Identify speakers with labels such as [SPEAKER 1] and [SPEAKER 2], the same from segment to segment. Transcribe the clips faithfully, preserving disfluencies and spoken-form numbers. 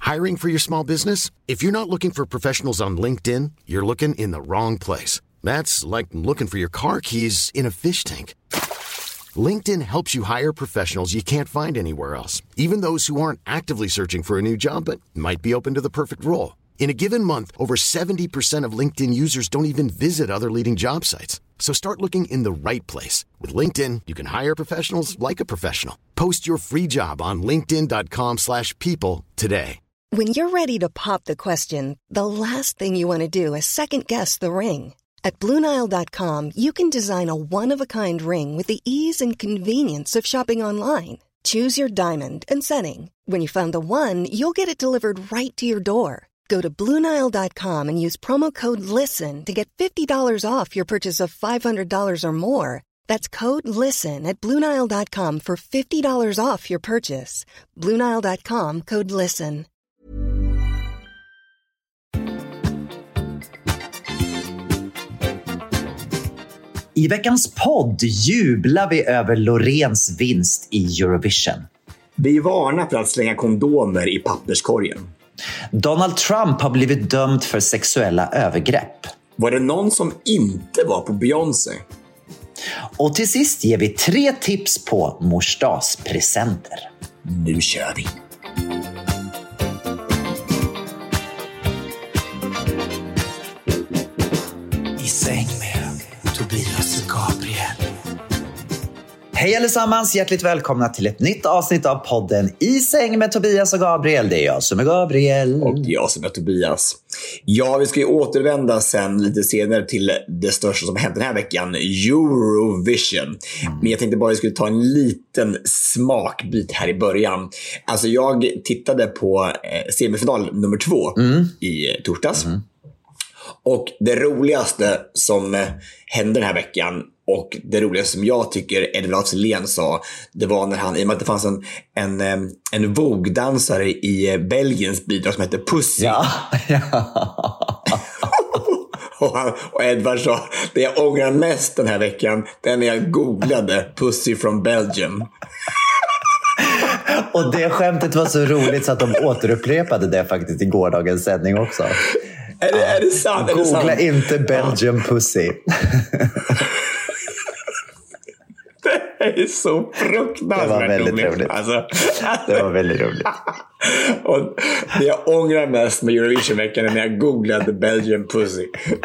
[SPEAKER 1] Hiring for your small business? If you're not looking for professionals on LinkedIn, you're looking in the wrong place. That's like looking for your car keys in a fish tank. LinkedIn helps you hire professionals you can't find anywhere else, even those who aren't actively searching for a new job but might be open to the perfect role. In a given month, over seventy percent of LinkedIn users don't even visit other leading job sites. So start looking in the right place. With LinkedIn, you can hire professionals like a professional. Post your free job on linkedin dot com slash people today.
[SPEAKER 2] When you're ready to pop the question, the last thing you want to do is second-guess the ring. At Blue Nile dot com, you can design a one-of-a-kind ring with the ease and convenience of shopping online. Choose your diamond and setting. When you find the one, you'll get it delivered right to your door. Go to Blue Nile dot com and use promo code LISTEN to get fifty dollars off your purchase of five hundred dollars or more. That's code LISTEN at Blue Nile dot com for fifty dollars off your purchase. Blue Nile dot com, code LISTEN.
[SPEAKER 3] I veckans podd jublar vi över Loreens vinst i Eurovision.
[SPEAKER 4] Vi varnar för att slänga kondomer i papperskorgen.
[SPEAKER 3] Donald Trump har blivit dömd för sexuella övergrepp.
[SPEAKER 4] Var det någon som inte var på Beyoncé?
[SPEAKER 3] Och till sist ger vi tre tips på morsdagspresenter.
[SPEAKER 4] Nu kör vi!
[SPEAKER 3] I säng med Tobias och Gabriel. Hej allesammans, hjärtligt välkomna till ett nytt avsnitt av podden I säng med Tobias och Gabriel. Det är jag som är Gabriel.
[SPEAKER 4] Och jag som är Tobias. Ja, vi ska ju återvända sen lite senare till det största som hänt den här veckan, Eurovision. Mm. Men jag tänkte bara att jag skulle ta en liten smakbit här i början. Alltså jag tittade på eh, semifinal nummer två mm. i torsdags. Mm. Och det roligaste som eh, hände den här veckan, och det roligaste som jag tycker Edvard af Sillén sa, det var när han, i och med att det fanns en, en, en vågdansare i Belgiens bidrag som heter Pussy.
[SPEAKER 3] Ja, ja.
[SPEAKER 4] och, han, och Edvard sa, det jag ångrar mest den här veckan, det är när jag googlade Pussy from Belgium.
[SPEAKER 3] Och det skämtet var så roligt så att de återupprepade det faktiskt i gårdagens sändning också.
[SPEAKER 4] Är det, är det sant?
[SPEAKER 3] Googla
[SPEAKER 4] är det sant?
[SPEAKER 3] inte Belgium Pussy.
[SPEAKER 4] Det är så fruktansvärt.
[SPEAKER 3] Det var väldigt roligt. roligt.
[SPEAKER 4] Alltså.
[SPEAKER 3] Det var väldigt roligt.
[SPEAKER 4] Och det jag ångrar mest med Eurovision-veckan är när jag googlade Belgium Pussy.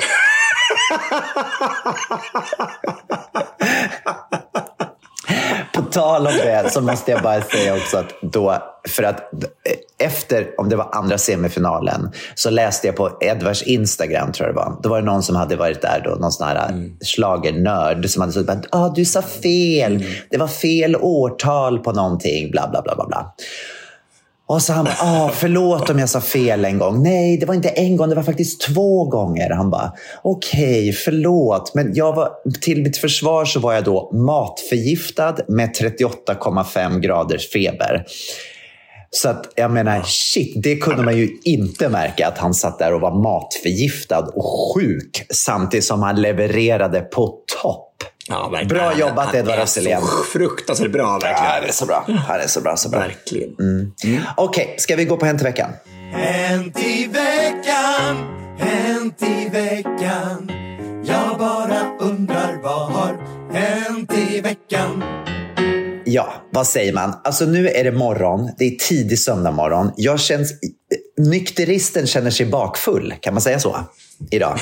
[SPEAKER 3] På tal om det så måste jag bara säga också att då, för att efter, om det var andra semifinalen, så läste jag på Edvards Instagram, tror jag det var. Då var det någon som hade varit där då, någon sån här mm. schlagernörd som hade sagt att ah, du sa fel, mm. det var fel årtal på någonting, bla bla bla bla bla. Och så han bara, ah, förlåt om jag sa fel en gång. Nej, det var inte en gång, det var faktiskt två gånger. Han bara, okej, okay, förlåt. Men jag var, till mitt försvar så var jag då matförgiftad med trettioåtta komma fem graders feber. Så att jag menar, shit, det kunde man ju inte märka att han satt där och var matförgiftad och sjuk samtidigt som han levererade på topp.
[SPEAKER 4] Ja,
[SPEAKER 3] bra jobbat Edvard af Sillén.
[SPEAKER 4] Fruktansvärt bra, verkligen.
[SPEAKER 3] Ja, det är så bra. Ja, det är så bra, så bra.
[SPEAKER 4] Verkligen.
[SPEAKER 3] Mm. Mm. Okej, okay, ska vi gå på Hänt i veckan?
[SPEAKER 5] Hänt i veckan, hänt i veckan. Jag bara undrar vad har hänt i veckan.
[SPEAKER 3] Ja, vad säger man? Alltså nu är det morgon, det är tidig söndag morgon. Jag känns, nykteristen känner sig bakfull, kan man säga så? Idag.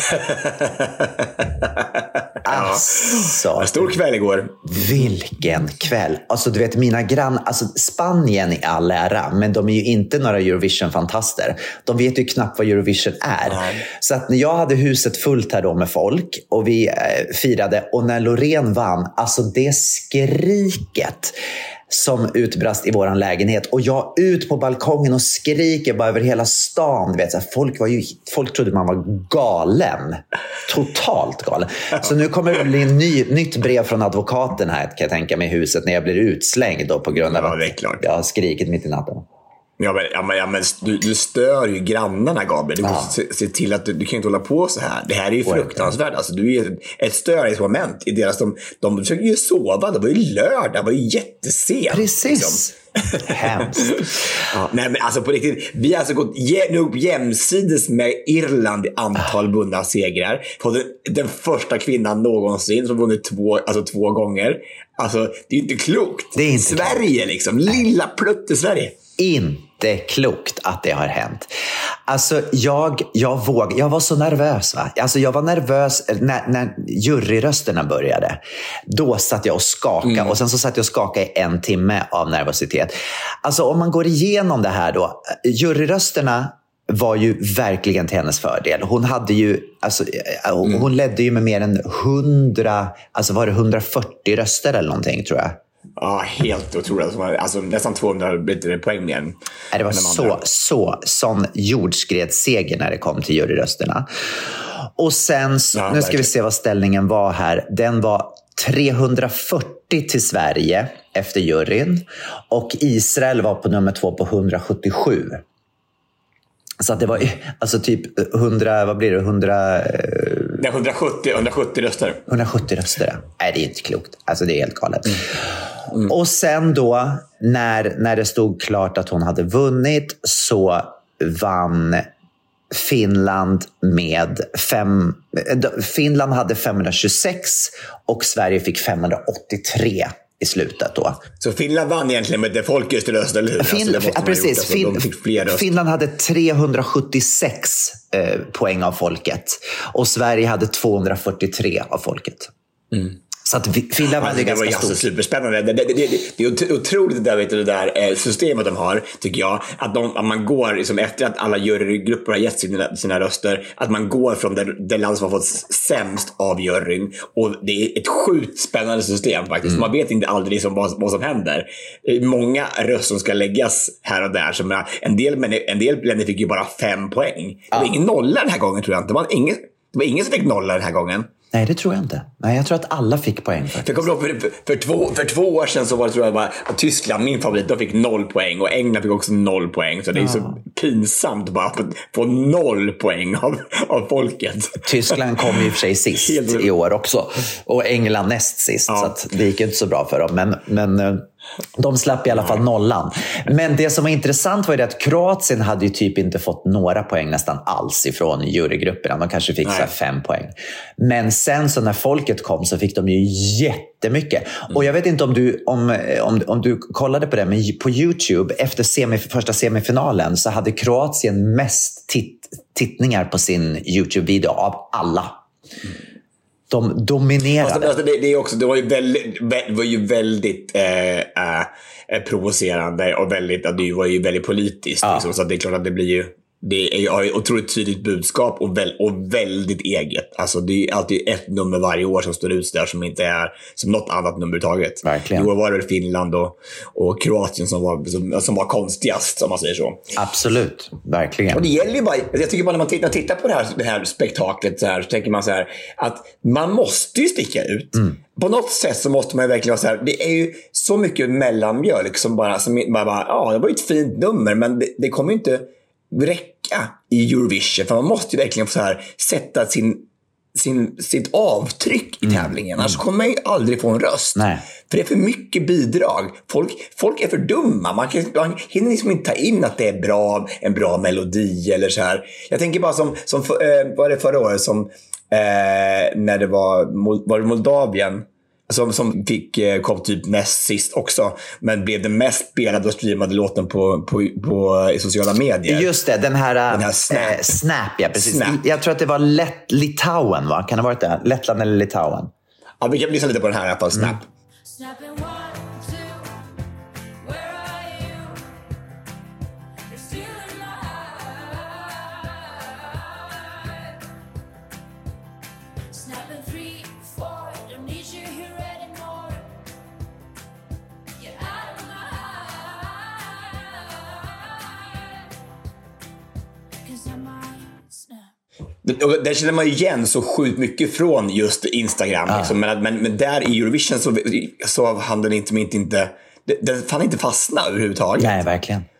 [SPEAKER 3] Alltså,
[SPEAKER 4] stor kväll igår.
[SPEAKER 3] Vilken kväll. Alltså du vet, mina grannar, alltså Spanien i all ära, men de är ju inte några Eurovision-fantaster. De vet ju knappt vad Eurovision är. Nej. Så att när jag hade huset fullt här då med folk och vi eh, firade, och när Loreen vann, alltså det skriket som utbrast i våran lägenhet, och jag ut på balkongen och skriker bara över hela stan, du vet, så här, folk var ju, folk trodde man var galen, totalt galen. Så nu kommer det bli en ny, nytt brev från advokaten här, kan jag tänka mig, i huset när jag blir utslängd då, på grund av
[SPEAKER 4] ja,
[SPEAKER 3] att jag har skrikit mitt i natten.
[SPEAKER 4] Ja, men, ja, men, ja, men du, du stör ju grannarna, Gabriel. Du måste ja. se, se till att du, du kan inte hålla på så här. Det här är ju fruktansvärt. Alltså, du är ett störningsmoment i deras... De, de försöker ju sova. Det var ju lördag. Det var ju jättesent.
[SPEAKER 3] Precis.
[SPEAKER 4] Liksom.
[SPEAKER 3] Hemskt.
[SPEAKER 4] Ja, nej, men alltså på riktigt, vi har alltså gått nu upp jämsides med Irland i antal vunna segrar. På den, den första kvinnan någonsin som vunnit två, alltså två gånger. Alltså, det är ju inte klokt.
[SPEAKER 3] Det är inte
[SPEAKER 4] Sverige
[SPEAKER 3] klokt.
[SPEAKER 4] liksom, lilla plutt i Sverige.
[SPEAKER 3] Inte klokt att det har hänt. Alltså jag, jag våg, jag var så nervös va. Alltså jag var nervös när, när juryrösterna började. Då satt jag och skakade mm. och sen så satt jag och skakade i en timme av nervositet. Alltså om man går igenom det här då, juryrösterna var ju verkligen till hennes fördel. Hon hade ju, alltså, hon mm. ledde ju med mer än hundra, alltså var det hundrafyrtio röster eller någonting tror jag.
[SPEAKER 4] Ja, helt otroligt. Alltså nästan tvåhundra poäng mer.
[SPEAKER 3] Det var så, så sån jordskredsseger när det kom till juryrösterna. Och sen, ja, nu ska vi se vad ställningen var här. Den var trehundrafyrtio till Sverige efter juryn. Och Israel var på nummer två på hundrasjuttiosju. Så att det var alltså typ hundra, vad blir det? hundra
[SPEAKER 4] Nej, hundrasjuttio, hundrasjuttio röster.
[SPEAKER 3] hundrasjuttio röster. Nej, det är inte klokt. Alltså det är helt galet. Mm.
[SPEAKER 4] Mm.
[SPEAKER 3] Och sen då när, när det stod klart att hon hade vunnit så vann Finland med fem, Finland hade femhundratjugosex och Sverige fick femhundraåttiotre i slutet då.
[SPEAKER 4] Så Finland vann egentligen med det folkets röst, eller hur?
[SPEAKER 3] Fin-
[SPEAKER 4] alltså,
[SPEAKER 3] ja, precis.
[SPEAKER 4] Alltså,
[SPEAKER 3] fin-
[SPEAKER 4] de fick fler röst.
[SPEAKER 3] Finland hade trehundrasjuttiosex eh, poäng av folket och Sverige hade tvåhundrafyrtiotre av folket.
[SPEAKER 4] Mm.
[SPEAKER 3] Så att Finland
[SPEAKER 4] alltså,
[SPEAKER 3] var ganska
[SPEAKER 4] det var
[SPEAKER 3] stort.
[SPEAKER 4] Superspännande. Det, det, det, det är otroligt det där, vet du, det där systemet de har, tycker jag. Att, de, att man går, liksom, efter att alla jurygrupper har gett sina, sina röster, att man går från det, det land som har fått sämst av juryn. Och det är ett sjukt spännande system faktiskt. Mm. Man vet inte aldrig liksom vad, vad som händer. Många röster som ska läggas här och där. Som en del, en del länder fick ju bara fem poäng. Det var ah. ingen nolla den här gången, tror jag inte. Det var ingen, det var ingen som fick nolla den här gången.
[SPEAKER 3] Nej, det tror jag inte. Nej, jag tror att alla fick poäng.
[SPEAKER 4] För, för, för, för, två, för två år sedan så var det, tror jag, bara, Tyskland, min favorit, de fick noll poäng. Och England fick också noll poäng. Så det är ja. så pinsamt bara att få noll poäng av, av folket.
[SPEAKER 3] Tyskland kom ju för sig sist i år också. Och England näst sist. Ja. Så att det gick inte så bra för dem. Men... men de slapp i alla fall nollan. Men det som var intressant var ju det att Kroatien hade ju typ inte fått några poäng nästan alls ifrån jurygrupperna. De kanske fick så här fem poäng. Men sen så när folket kom så fick de ju jättemycket. Mm. Och jag vet inte om du, om, om, om du kollade på det, men på YouTube efter semif- första semifinalen så hade Kroatien mest titt- tittningar på sin YouTube-video av alla. Mm. De dominerade.
[SPEAKER 4] Alltså, alltså det, det, är också, det var ju väldigt, var ju väldigt eh, eh, provocerande och väldigt, det var ju väldigt politiskt. Ja. Liksom, så det är klart att det blir ju, det är ju ett otroligt tydligt budskap och, väl, och väldigt eget. Alltså det är alltid ett nummer varje år som står ut där som inte är som något annat nummer taget.
[SPEAKER 3] Verkligen.
[SPEAKER 4] Då var det väl Finland och, och Kroatien som var, som, som var konstigast, om man säger så.
[SPEAKER 3] Absolut, verkligen.
[SPEAKER 4] Och det gäller ju bara, jag tycker bara när man tittar, tittar på det här, det här spektaklet så, här, så tänker man så här att man måste ju sticka ut. Mm. På något sätt så måste man ju verkligen vara så här, det är ju så mycket mellanmjölk som bara, som bara, bara ja, det var ju ett fint nummer, men det, det kommer ju inte räcka i Eurovision, för man måste ju verkligen så här sätta sin, sin, sitt avtryck i tävlingen. Mm. Annars kommer man ju aldrig få en röst.
[SPEAKER 3] Nej.
[SPEAKER 4] För det är för mycket bidrag. Folk, folk är för dumma. Man, kan, man hinner liksom inte ta in att det är bra, en bra melodi eller så här. Jag tänker bara som, som för, eh, var det förra året som eh, när det var, var det Moldavien Som, som fick, kom typ näst sist också, men blev den mest spelade och streamade låten på, på, på i sociala medier.
[SPEAKER 3] Just det, den här,
[SPEAKER 4] den här Snap.
[SPEAKER 3] Eh, Snap, ja, precis.
[SPEAKER 4] Snap.
[SPEAKER 3] Jag tror att det var Lett, Litauen, va? Kan det ha varit det? Lettland eller Litauen?
[SPEAKER 4] Ja, vi kan lyssna lite på den här i alla fall, Snap. Mm. Där känner man ju igen så sjukt mycket från just Instagram. Ah. Liksom. Men, men, men där i Eurovision så, så hann den inte, inte, den fann inte fastna överhuvudtaget.
[SPEAKER 3] Nej, verkligen.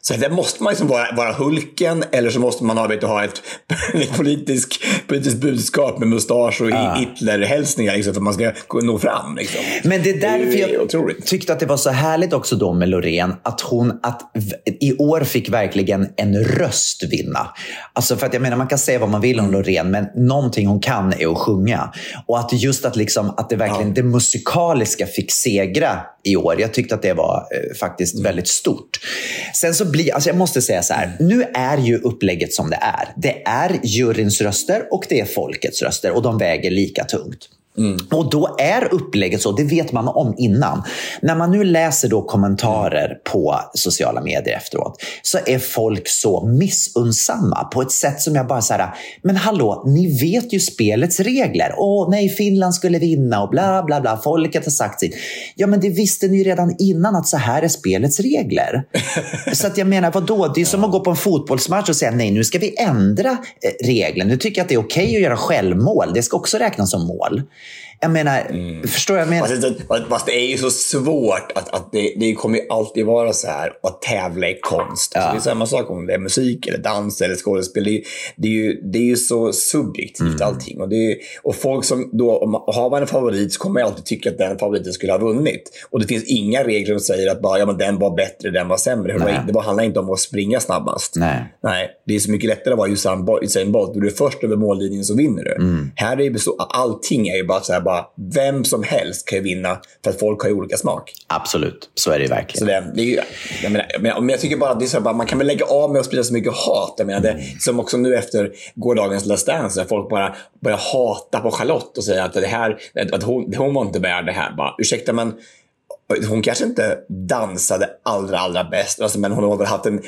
[SPEAKER 4] Så där måste man liksom vara, vara Hulken, eller så måste man ha, vet, ha ett politisk, politiskt budskap med mustasch och ah. Hitler-hälsningar liksom, för att man ska nå fram. Liksom.
[SPEAKER 3] Men det är därför
[SPEAKER 4] det är
[SPEAKER 3] jag
[SPEAKER 4] otroligt.
[SPEAKER 3] Tyckte att det var så härligt också då med Loreen, att hon att i år fick verkligen en röst vinna. Alltså för att jag menar, man kan säga vad man vill om Loreen, men någonting hon kan är att sjunga. Och att just att, liksom, att det verkligen ja. det musikaliska fick segra i år. Jag tyckte att det var eh, faktiskt mm. väldigt stort. Sen så blir, alltså jag måste säga så här, nu är ju upplägget som det är. Det är juryns röster och det är folkets röster, och de väger lika tungt. Mm. Och då är upplägget så, det vet man om innan. När man nu läser då kommentarer mm. på sociala medier efteråt, så är folk så missunnsamma på ett sätt som jag bara så här, men hallå, ni vet ju spelets regler. Åh nej, Finland skulle vinna och bla bla bla, folket har sagt sitt. Ja, men det visste ni redan innan, att så här är spelets regler. Så att jag menar, vadå? Det är som att gå på en fotbollsmatch och säga nej, nu ska vi ändra reglerna. Nu tycker jag att det är okej okay att göra självmål. Det ska också räknas som mål. Jag menar, mm. förstår jag menar?
[SPEAKER 4] Fast, fast det är ju så svårt att, att det, det kommer ju alltid vara så här att tävla i konst. Ja. Så det är samma sak om det är musik eller dans eller skådespel. Det, det, är, ju, det är ju så subjektivt mm. allting. Och, det är, och folk som då, om man har man en favorit, så kommer jag alltid tycka att den favoriten skulle ha vunnit. Och det finns inga regler som säger att bara, ja, men den var bättre, den var sämre. Nej. Det var, handlar inte om att springa snabbast.
[SPEAKER 3] Nej.
[SPEAKER 4] Nej, det är så mycket lättare att vara Usain Bolt. Du är först över mållinjen, så vinner du. Mm. Här är det så, allting är ju bara så här, bara vem som helst kan ju vinna, för att folk har ju olika smak.
[SPEAKER 3] Absolut, så är det verkligen. Så
[SPEAKER 4] det, det är ju, jag, menar, men jag tycker bara att det är så här, bara, man kan väl lägga av med att sprida så mycket hat. Jag menar, det, som också nu efter gårdagens Let's Dance, där folk bara börjar hata på Charlotte och säga att det här, att hon, hon var inte värd det här. Bara, ursäkta, men hon kanske inte dansade allra, allra bäst, alltså, men hon har haft en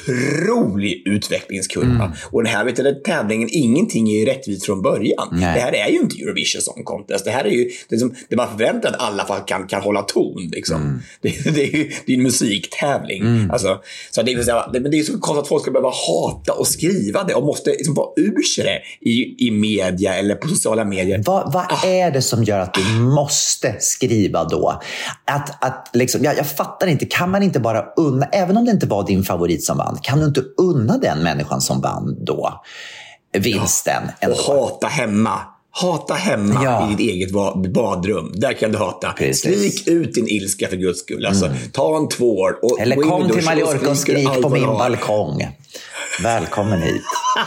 [SPEAKER 4] otrolig utvecklingskurva. Mm. Och den här, vet du, tävlingen, ingenting är ju rättvist från början. Nej. Det här är ju inte Eurovision Song Contest. Det här är ju det, som, det man förväntar att alla fall kan, kan hålla ton. Liksom. Mm. Det, det är ju det är en musiktävling. Mm. Alltså, så det, är, det, men det är så konstigt att folk ska behöva hata och skriva det och måste liksom vara ur sig det i, i media eller på sociala medier.
[SPEAKER 3] Vad, vad ah. är det som gör att du måste skriva då? Att Att liksom, jag, jag fattar inte, kan man inte bara unna, även om det inte var din favorit som vann, kan du inte unna den människan som vann då vinsten?
[SPEAKER 4] Ja, och hata hemma. Hata hemma ja. i ditt eget badrum. Där kan du hata. Precis. Skrik ut din ilska för Guds skull. Alltså, mm. ta en tvål. Och
[SPEAKER 3] eller kom till Mallorca och skrik på min balkong. Välkommen hit.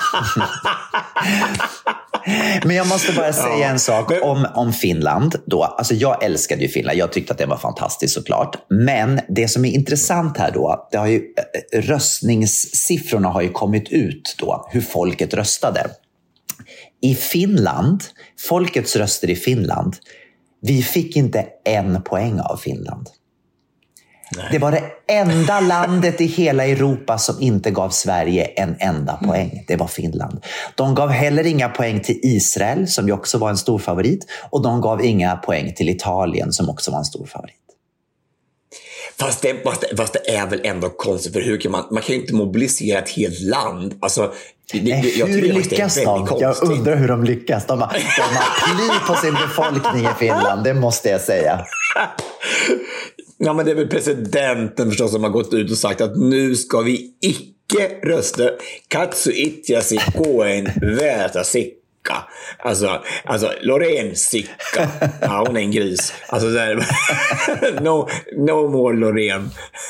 [SPEAKER 3] Men jag måste bara säga ja. en sak om, om Finland då. Alltså jag älskade ju Finland. Jag tyckte att det var fantastiskt såklart. Men det som är intressant här då, det har ju, röstningssiffrorna har ju kommit ut då, hur folket röstade. I Finland, folkets röster i Finland, vi fick inte en poäng av Finland. Nej. Det var det enda landet i hela Europa som inte gav Sverige en enda poäng. Det var Finland. De gav heller inga poäng till Israel, som ju också var en stor favorit. Och de gav inga poäng till Italien, som också var en stor favorit.
[SPEAKER 4] Fast det, fast, det, fast det är väl ändå konstigt, för hur kan man, man kan ju inte mobilisera ett helt land. Alltså, det,
[SPEAKER 3] Nej, jag hur lyckas de? Jag undrar hur de lyckas. De har, de har pli på sin befolkning i Finland, det måste jag säga.
[SPEAKER 4] Ja, men det är väl presidenten förstås som har gått ut och sagt att nu ska vi icke rösta. Katsu itjasi koen värta sikka. Alltså, alltså Loreen Sicka. Ja, hon är en gris. Alltså där, no, no more Loreen.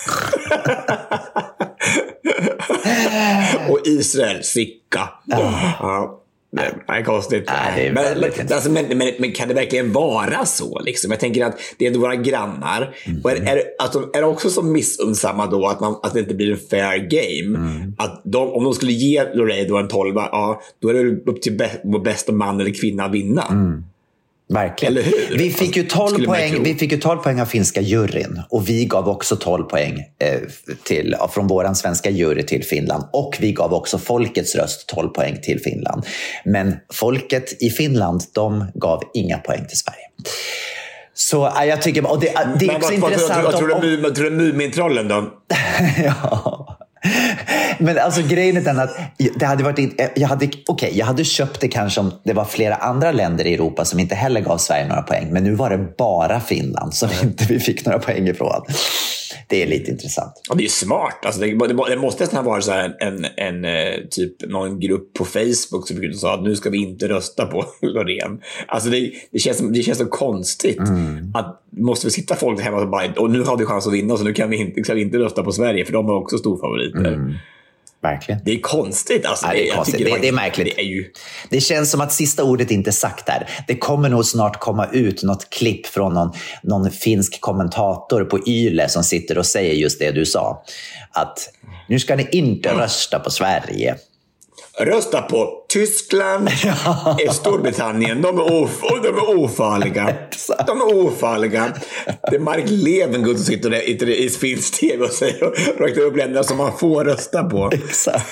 [SPEAKER 4] Och Israel Sicka. Ja. Det är konstigt.
[SPEAKER 3] Nej, det är
[SPEAKER 4] men, alltså, men, men, men kan det verkligen vara så? Liksom? Jag tänker att det är ändå våra grannar. Mm. Och är, är, att de, är det också så missunnsamma då att, man, att det inte blir en fair game? Mm. Att de, om de skulle ge Loreen då en tolva, ja, då är det upp till bä- bästa man eller kvinna att vinna. Mm.
[SPEAKER 3] Verkligen. Vi fick, ju tolv poäng, vi fick ju tolv poäng av finska juryn, och vi gav också tolv poäng eh, till, från våran svenska jury till Finland, och vi gav också folkets röst tolv poäng till Finland. Men folket i Finland, de gav inga poäng till Sverige. Så äh, jag tycker, och det, det är
[SPEAKER 4] Men,
[SPEAKER 3] också
[SPEAKER 4] vad,
[SPEAKER 3] intressant.
[SPEAKER 4] Vad tror du om, tror du Mumintrollen då?
[SPEAKER 3] Ja. Men alltså grejen är den att det hade varit, jag hade, okej, jag hade köpt det kanske om det var flera andra länder i Europa som inte heller gav Sverige några poäng, men nu var det bara Finland som inte vi fick några poäng ifrån. det är lite intressant.
[SPEAKER 4] Ja, det är ju smart. Alltså, det, det, det måste nästan vara så här en, en, en typ någon grupp på Facebook som brukar säga att nu ska vi inte rösta på Loreen. Alltså det, det, känns, det känns så konstigt mm. att måste vi sitta folk hemma och bara, och nu har vi chans att vinna så nu kan vi inte, kan vi inte rösta på Sverige för de har också stor favoriter. Mm.
[SPEAKER 3] Verkligen.
[SPEAKER 4] Det är konstigt. Alltså,
[SPEAKER 3] ja, det, är konstigt. Det, det, det är märkligt.
[SPEAKER 4] Det, är ju...
[SPEAKER 3] det känns som att sista ordet inte är sagt där. Det kommer nog snart komma ut något klipp från någon, någon finsk kommentator på Yle som sitter och säger just det du sa. Att nu ska ni inte mm. rösta på Sverige.
[SPEAKER 4] Rösta på Tyskland, ja. Storbritannien. De är, of- de är ofarliga. De är ofarliga. Det är Mark Levengood som sitter där i finsk tv och säger och räknar upp länder som man får rösta på.
[SPEAKER 3] Exakt.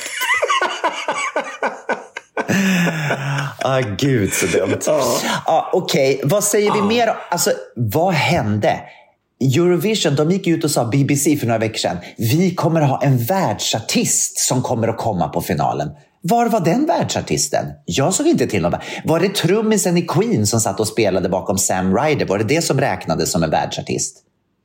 [SPEAKER 3] Ah, gud så dumt. Ja. Ah, Okej, okay. Vad säger vi ah. mer? Alltså, vad hände? Eurovision, de gick ut och sa B B C för några veckor sedan. Vi kommer ha en världsartist som kommer att komma på finalen. Var var den världsartisten? Jag såg inte till någon. Var det trummisen i Queen som satt och spelade bakom Sam Ryder? Var det det som räknades som en världsartist?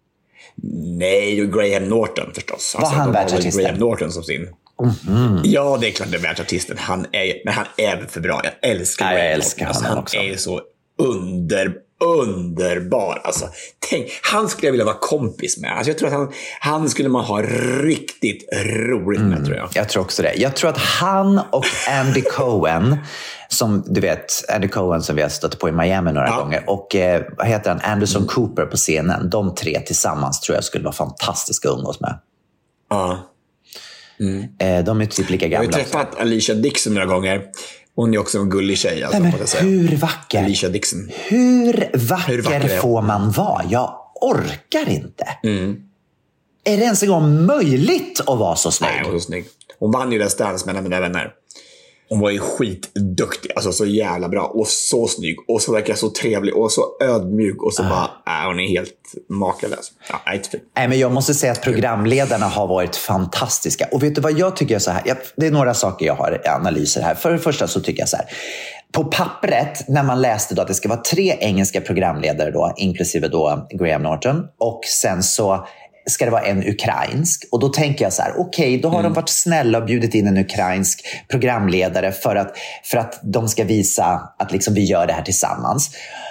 [SPEAKER 4] Nej, det var Graham Norton förstås.
[SPEAKER 3] Var alltså, han världsartisten?
[SPEAKER 4] Graham Norton som sin. Mm-hmm. Ja, det är klart det är världsartisten. Han är, men han är för bra. Jag älskar
[SPEAKER 3] ja,
[SPEAKER 4] Graham
[SPEAKER 3] jag älskar
[SPEAKER 4] Norton.
[SPEAKER 3] honom
[SPEAKER 4] alltså,
[SPEAKER 3] också.
[SPEAKER 4] Han är så under, underbar. Alltså, tänk, han skulle jag vilja vara kompis med. Alltså, jag tror att han, han skulle man ha riktigt roligt med, mm, tror jag.
[SPEAKER 3] Jag tror också det. Jag tror att han och Andy Cohen, som du vet, Andy Cohen som vi har stött på i Miami några ja. gånger, och eh, vad heter han? Anderson mm. Cooper på scenen. De tre tillsammans tror jag skulle vara fantastiska att umgås med.
[SPEAKER 4] Ja.
[SPEAKER 3] Mm. Eh, de är typ lika gamla.
[SPEAKER 4] Jag har träffat också Alicia Dixon några gånger. Hon är också en gullig tjej. Alltså,
[SPEAKER 3] Nej, men hur vacker?
[SPEAKER 4] Alicia Dixon.
[SPEAKER 3] Hur vacker, hur vacker får man vara? Jag orkar inte. Mm. Är det ens en gång möjligt att vara så snygg?
[SPEAKER 4] Nej, hon var så snygg. Hon vann ju Let's Dance med mina vänner. Hon var ju skitduktig. Alltså så jävla bra. Och så snygg. Och så verkar så trevlig. Och så ödmjuk. Och så uh. bara, äh, hon är helt makalös. Ja, inte fint.
[SPEAKER 3] Nej, men jag måste säga att programledarna har varit fantastiska. Och vet du vad jag tycker är så här? Jag, det är några saker jag har i analyser här. För det första så tycker jag så här. På pappret, när man läste då att det ska vara tre engelska programledare då, inklusive då Graham Norton. Och sen så ska det vara en ukrainsk. Och då tänker jag så här, okej, okay, då har mm. de varit snälla och bjudit in en ukrainsk programledare för att, för att de ska visa att liksom vi gör det här tillsammans.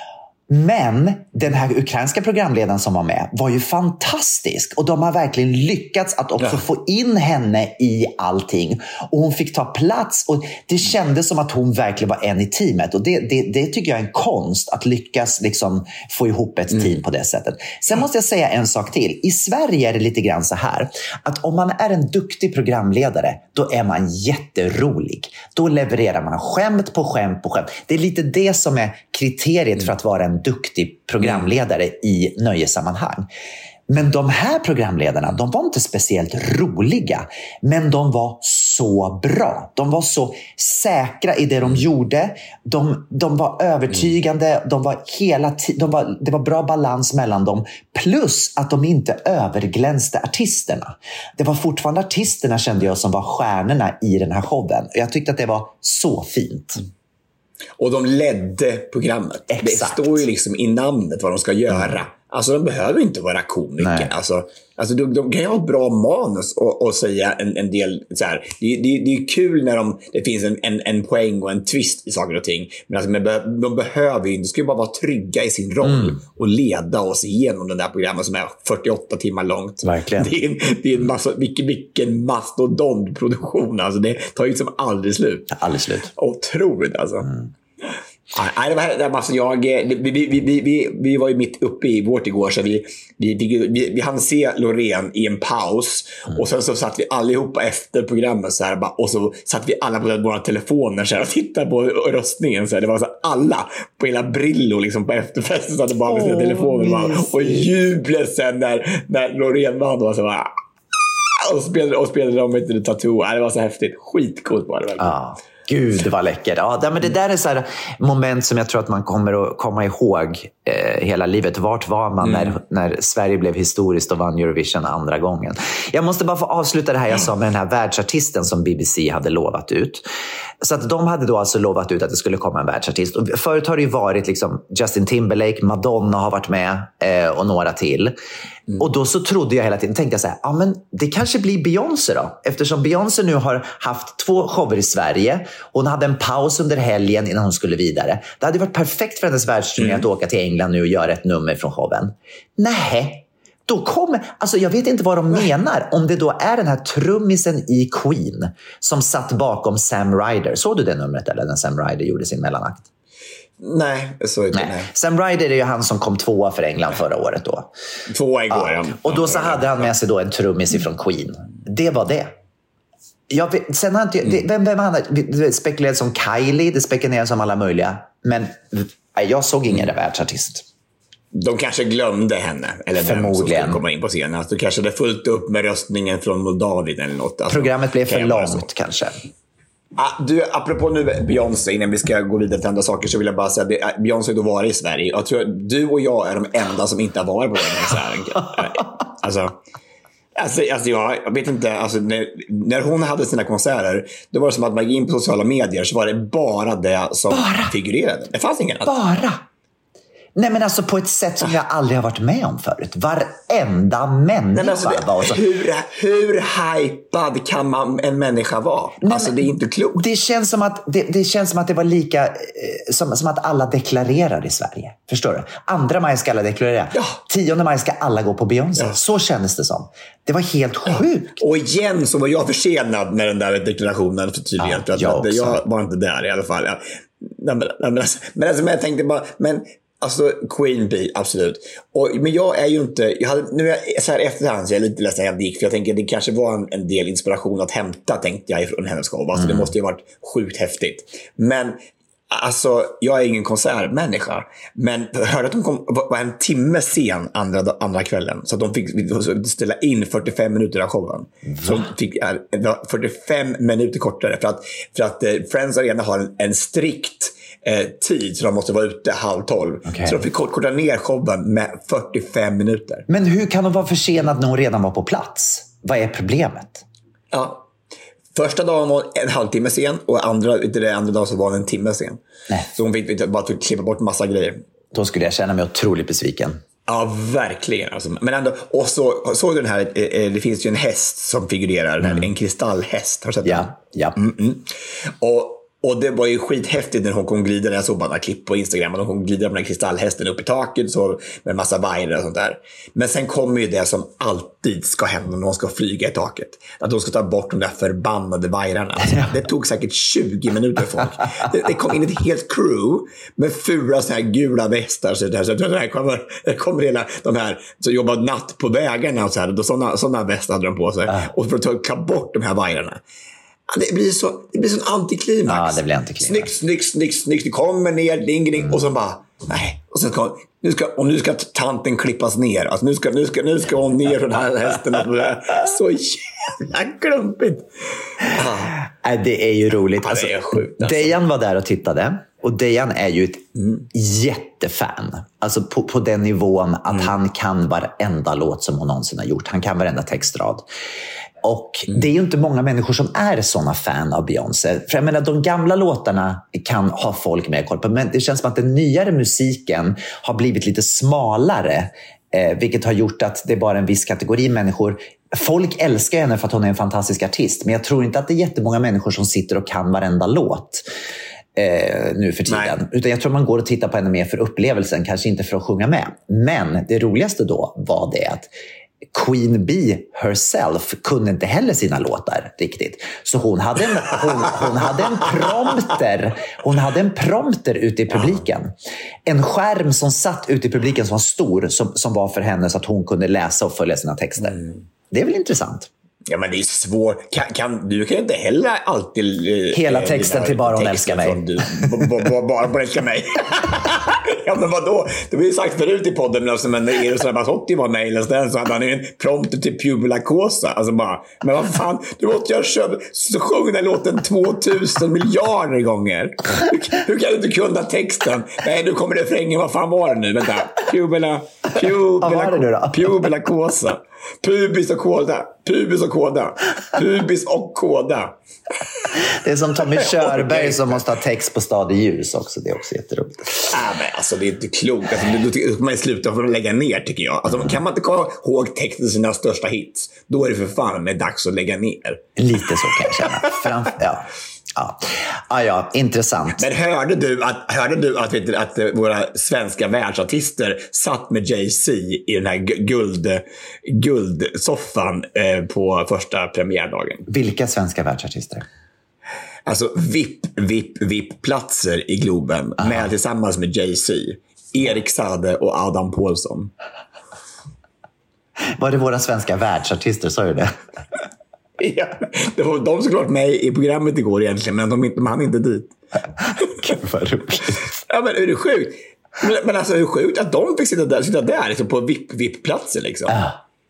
[SPEAKER 3] Men den här ukrainska programledaren som var med var ju fantastisk. Och de har verkligen lyckats att också ja. få in henne i allting. Och hon fick ta plats. Och det kändes som att hon verkligen var en i teamet. Och det, det, det tycker jag är en konst. Att lyckas liksom få ihop ett mm. team på det sättet. Sen måste jag säga en sak till. I Sverige är det lite grann så här. Att om man är en duktig programledare, då är man jätterolig. Då levererar man skämt på skämt på skämt. Det är lite det som är kriteriet för att vara en duktig programledare mm. i nöjesammanhang. Men de här programledarna, de var inte speciellt roliga, men de var så bra. De var så säkra i det de gjorde. De, de var övertygande. Mm. De var hela t- de var, det var bra balans mellan dem. Plus att de inte överglänste artisterna. Det var fortfarande artisterna, kände jag, som var stjärnorna i den här showen. Jag tyckte att det var så fint. Mm.
[SPEAKER 4] Och de ledde programmet.
[SPEAKER 3] Exakt.
[SPEAKER 4] Det står ju liksom i namnet vad de ska göra. Mm. Alltså de behöver inte vara komiker. Alltså, alltså de, de kan ju ha ett bra manus och, och säga en, en del så här. Det, det, det är kul när de, det finns en, en, en poäng och en twist i saker och ting. Men alltså, de, de behöver ju, de ska ju bara vara trygga i sin roll mm. och leda oss igenom den där programmet som är fyrtioåtta timmar långt.
[SPEAKER 3] Verkligen.
[SPEAKER 4] Det är en, det är en massa, vilken, vilken mastodontproduktion. Alltså det tar ju liksom aldrig slut.
[SPEAKER 3] Aldrig slut.
[SPEAKER 4] Otroligt alltså. Mm. Nej, det var, det var, alltså jag, vi, vi, vi, vi, vi var ju mitt uppe i vårt igår, så vi, vi, vi, vi, vi hann se Loreen i en paus mm. och sen så satt vi allihopa efter programmet så här, och så satt vi alla på våra telefoner så här, och tittade på röstningen så här, det var så här, alla på hela Brillo liksom, på efterfesten satt bara med sina oh, telefoner bara, och jublet sen när, när Loreen vann och så bara, och spelade, och spelade de med Tattoo. Det var så häftigt, skitcoolt var det väl.
[SPEAKER 3] Ja. Gud vad läcker. Ja, men det där är så här moment som jag tror att man kommer att komma ihåg eh, hela livet. Vart var man mm. när, när Sverige blev historiskt och vann Eurovision andra gången? Jag måste bara få avsluta det här jag sa med den här världsartisten som B B C hade lovat ut. Så att de hade då alltså lovat ut att det skulle komma en världsartist. Och förut har det ju varit liksom Justin Timberlake, Madonna har varit med eh, och några till. Mm. Och då så trodde jag hela tiden, tänkte jag så här, ja men det kanske blir Beyoncé då. Eftersom Beyoncé nu har haft två shower i Sverige. Hon hade en paus under helgen innan hon skulle vidare. Det hade varit perfekt för hennes världsturné mm. att åka till England nu och göra ett nummer från showen. Nej. Då kommer, alltså jag vet inte vad de menar. Om det då är den här trummisen i Queen som satt bakom Sam Ryder. Såg du det numret eller när Sam Ryder gjorde sin mellanakt?
[SPEAKER 4] Nej, så inte. Nej. Nej.
[SPEAKER 3] Sam Ryder är ju han som kom tvåa för England förra året då.
[SPEAKER 4] Tvåa igår, ja.
[SPEAKER 3] Och då så hade han med sig då en trummis ifrån Queen. Det var det. Jag vet, sen har inte, det, vem, vem han, det spekulerades som Kylie, det spekulerades som alla möjliga. Men jag såg ingen världsartist.
[SPEAKER 4] De kanske glömde henne. Eller
[SPEAKER 3] förmodligen.
[SPEAKER 4] Som komma in på scenen. Alltså, kanske det fullt upp med röstningen från Moldavien eller något. Alltså,
[SPEAKER 3] programmet blev för långt kanske.
[SPEAKER 4] Ah, du, apropå nu Beyoncé, innan vi ska gå vidare till andra saker så vill jag bara säga att Beyoncé då var i Sverige. Jag tror att du och jag är de enda som inte har varit på den här alltså, alltså, alltså jag, jag vet inte, alltså, när, när hon hade sina konserter, då var det som att man gick in på sociala medier så var det bara det som bara. figurerade. Det fanns ingen annat.
[SPEAKER 3] Bara. Nej men alltså på ett sätt som jag aldrig har varit med om förut. Varenda människa Nej, alltså det, var så.
[SPEAKER 4] Hur, hur hypad kan man, en människa vara? Nej, alltså det är inte klokt.
[SPEAKER 3] Det känns som att det, det, känns som att det var lika eh, som, som att alla deklarerar i Sverige. Förstår du? Andra maj ska alla deklarera. Ja. Tionde maj ska alla gå på Beyoncé. Ja. Så kändes det som. Det var helt sjukt.
[SPEAKER 4] Och igen så var jag försenad med den där deklarationen för tydligen. Ja, jag, jag var inte där i alla fall. Ja. Men, men, alltså, men, alltså, men jag tänkte bara... Men, alltså Queen Bee, absolut. Och, men jag är ju inte jag hade, nu är jag, så här efterhand så är jag lite ledsen att det gick. För jag tänker det kanske var en, en del inspiration att hämta, tänkte jag, från hennes show. Alltså mm. det måste ju ha varit sjukt häftigt. Men alltså, jag är ingen konsertmänniska. Men jag hörde att de kom, var en timme sen andra, andra kvällen. Så att de fick ställa in fyrtiofem minuter av showen. Va? Så de fick fyrtiofem minuter kortare. För att, för att eh, Friends Arena har en, en strikt Eh, tid, så de måste vara ute halv tolv. Okay. Så de fick korta ner showen med fyrtiofem minuter.
[SPEAKER 3] Men hur kan de vara försenad när hon redan var på plats? Vad är problemet?
[SPEAKER 4] Ja. Första dagen var en halvtimme sen och andra, det andra dagen så var den en timme sen. Nej. Så hon fick bara fick klippa bort massa grejer.
[SPEAKER 3] Då skulle jag känna mig otroligt besviken.
[SPEAKER 4] Ja, verkligen. Alltså, men ändå, och så såg du den här, det finns ju en häst som figurerar, mm. en kristallhäst. Har du sett
[SPEAKER 3] ja,
[SPEAKER 4] den?
[SPEAKER 3] Ja.
[SPEAKER 4] Mm-mm. Och Och det var ju skithäftigt när hon kom glida. Jag såg bara några klipp på Instagram och hon glider med den här kristallhästen upp i taket så med en massa vajrar och sånt där. Men sen kommer ju det som alltid ska hända när hon ska flyga i taket. Att de ska ta bort de där förbannade vajrarna. Alltså, det tog säkert tjugo minuter folk. Det, det kom in ett helt crew med fula så här gula västar. Så där, så där kommer, det kommer hela de här som jobbar natt på vägarna och så här. Sådana, sådana västar hade de på sig. Och för att ta, ta bort de här vajrarna. Det blir så det blir sån antiklimax.
[SPEAKER 3] Ja, det blir antiklimax.
[SPEAKER 4] Snyggt, snyggt, snyggt, snyggt. Det kommer ner, ding, ding, mm. och så bara nej. Och sen ska nu ska och nu ska tanten klippas ner. Alltså nu ska nu ska nu ska hon ner från den här hästen och det så jävla klumpigt.
[SPEAKER 3] Ah. Det är ju roligt.
[SPEAKER 4] Ja, det är sjukt. Alltså.
[SPEAKER 3] Dejan var där och tittade. Och Dejan är ju ett mm. jättefan. Alltså på, på den nivån att mm. han kan varenda låt som hon någonsin har gjort. Han kan varenda textrad. Och mm. det är ju inte många människor som är såna fan av Beyoncé. För jag menar, de gamla låtarna kan ha folk med koll på. Men det känns som att den nyare musiken har blivit lite smalare. Eh, vilket har gjort att det är bara en viss kategori människor. Folk älskar henne för att hon är en fantastisk artist. Men jag tror inte att det är jättemånga människor som sitter och kan varenda låt. Eh, nu för tiden. Nej. Utan jag tror man går och tittar på henne mer för upplevelsen. Kanske inte för att sjunga med. Men det roligaste då var det att Queen Bee herself kunde inte heller sina låtar riktigt. Så hon hade en, hon, hon hade en prompter. Hon hade en prompter ute i publiken. En skärm som satt ute i publiken som var stor. Som, som var för henne så att hon kunde läsa och följa sina texter. Mm. Det är väl intressant?
[SPEAKER 4] Ja, men det är svårt. Kan, kan, du kan inte heller alltid...
[SPEAKER 3] Hela texten till Bara hon älskar mig.
[SPEAKER 4] Du, b- b- bara hon älskar mig. Ja, men vadå? Det var ju sagt förut i podden, alltså, men när Eros Ramazzotti var med i den så hade han ju en prompter till Pubulacosa. Alltså bara, men vad fan, du måste göra köp. Så sjöng den låten tvåtusen miljarder gånger. Hur, hur kan du inte kunna texten? Nej, nu kommer det refrängen, vad fan var det nu? Vänta, Pubula, Pubula, Pubulacosa. Pubis och kåda. Pubis och kåda. Pubis och kåda.
[SPEAKER 3] Det är som Tommy Körberg som måste ha text på Stad i ljus också. Det är också jätteroligt.
[SPEAKER 4] Nej, men alltså det är inte klokt. Alltså, då kan man sluta för att lägga ner, tycker jag. Alltså, kan man inte komma ihåg texten till sina största hits, då är det för fan med dags att lägga ner.
[SPEAKER 3] Lite så kan jag känna. Framför, ja. Ja. Ah, ja, intressant.
[SPEAKER 4] Men hörde du att, hörde du att, vet du, att våra svenska världsartister satt med Jay-Z i den här guld, guldsoffan eh, på första premiärdagen?
[SPEAKER 3] Vilka svenska världsartister?
[SPEAKER 4] Alltså V I P, V I P, V I P-platser i Globen med, tillsammans med Jay-Z, Erik Saade och Adam Pålsson.
[SPEAKER 3] Var det våra svenska världsartister, sa du det?
[SPEAKER 4] Ja, det var de såklart med i programmet igår egentligen, men de, de hann inte dit.
[SPEAKER 3] Gud vad roligt.
[SPEAKER 4] Ja, men är det sjukt? Men, men alltså, är det sjukt att de fick sitta där, sitta där liksom, på V I P, V I P-platser liksom?
[SPEAKER 3] Ja,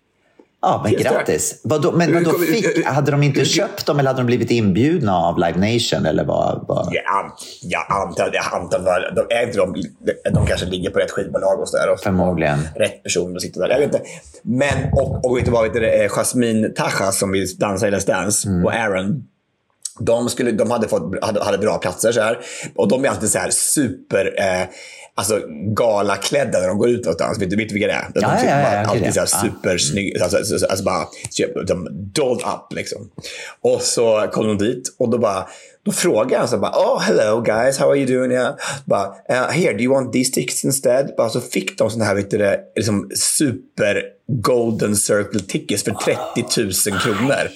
[SPEAKER 3] ja men grattis. Vadå, men men då fick, hade de inte köpt dem eller hade de blivit inbjudna av Live Nation eller vad? vad?
[SPEAKER 4] Ja, jag antar, jag antar de, är inte de, de kanske ligger på rätt skivbolag och sådär. Och
[SPEAKER 3] förmodligen.
[SPEAKER 4] Rätt person att sitta där. Jag vet inte. Men, och, och vet du vad, vet du, Jasmine Tajas som vill dansa i Let's Dance mm. och Aaron, de, skulle, de hade, fått, hade, hade bra platser så här. Och de är alltid så här super eh, alltså galaklädda när de går ut någonstans. Vet du vet vilka det är? De
[SPEAKER 3] ja, ja, ja, ja,
[SPEAKER 4] alltid så här supersnygg, alltså, alltså, alltså bara de dolled up liksom. Och så kom de dit och då bara då frågade han så bara, oh hello guys, how are you doing? Yeah. Bara, uh, here, do you want these tickets instead? Bara, så fick de såna här, vet du det, liksom super golden circle tickets för trettio tusen kronor.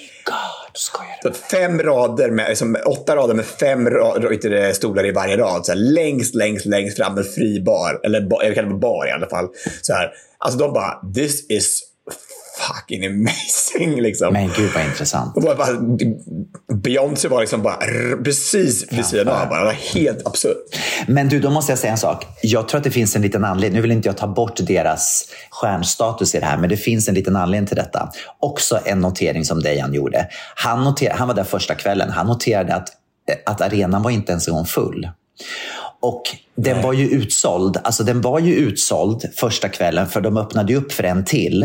[SPEAKER 4] Så fem rader med, liksom, åtta rader med fem rader, stolar i varje rad så här, längst, längst, längst fram med fri bar, eller bar, jag kallar det bar i alla fall så här. Alltså de bara, this is fucking amazing liksom.
[SPEAKER 3] Men gud vad intressant.
[SPEAKER 4] Och bara, bara, Beyoncé var liksom bara precis vid sidan av, bara helt absurd.
[SPEAKER 3] Men du, då måste jag säga en sak. Jag tror att det finns en liten anledning. Nu vill inte jag ta bort deras stjärnstatus i det här, men det finns en liten anledning till detta. Också en notering som Dejan gjorde. Han, noter, han var där första kvällen. Han noterade att, att arenan var inte ens en gång full. Och den Nej. var ju utsåld. Alltså den var ju utsåld första kvällen, för de öppnade ju upp för en till.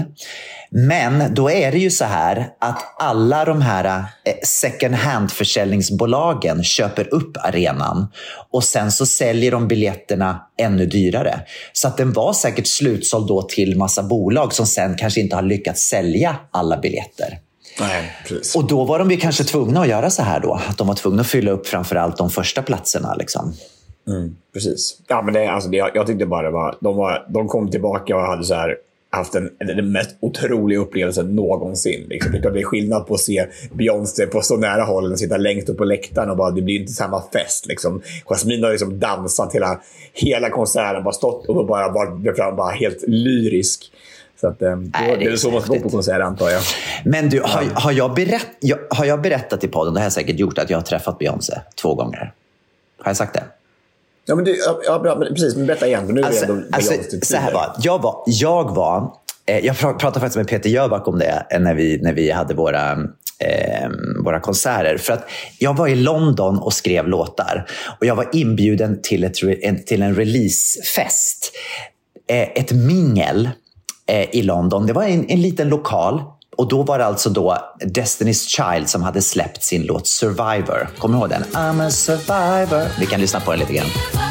[SPEAKER 3] Men då är det ju så här att alla de här second hand försäljningsbolagen köper upp arenan och sen så säljer de biljetterna ännu dyrare. Så att den var säkert slutsåld då till massa bolag som sen kanske inte har lyckats sälja alla biljetter.
[SPEAKER 4] Nej, precis.
[SPEAKER 3] Och då var de ju kanske tvungna att göra så här då. Att de var tvungna att fylla upp framförallt de första platserna liksom.
[SPEAKER 4] Mm, precis. Ja, men det, alltså, det, jag, jag tyckte bara det var de, var, de kom tillbaka och hade så här haft en, den mest otroliga upplevelsen någonsin. Liksom. Det är skillnad på att se Beyoncé på så nära håll och sitta längst upp på läktaren och bara, det blir inte samma fest. Liksom. Jasmine har liksom dansat hela, hela konserten, bara stått och bara varit bara, bara helt lyrisk. Så att, Nej, det, det är så man ska gå på konsert, antar jag.
[SPEAKER 3] Men du, har, har, jag berätt, jag, har jag berättat i podden, det har jag säkert gjort, att jag har träffat Beyoncé två gånger? Har jag sagt det?
[SPEAKER 4] Ja, men du, ja, bra, precis, men berätta igen. Nu
[SPEAKER 3] alltså,
[SPEAKER 4] är
[SPEAKER 3] alltså, så här var, jag var, jag var eh, jag pratade faktiskt med Peter Jöback om det när vi, när vi hade våra, eh, våra konserter. För att jag var i London och skrev låtar. Och jag var inbjuden till, ett, en, till en releasefest. Eh, ett mingel eh, i London. Det var en, en liten lokal. Och då var det alltså då Destiny's Child som hade släppt sin låt Survivor. Kommer du ihåg den? I'm a survivor. Vi kan lyssna på den lite grann.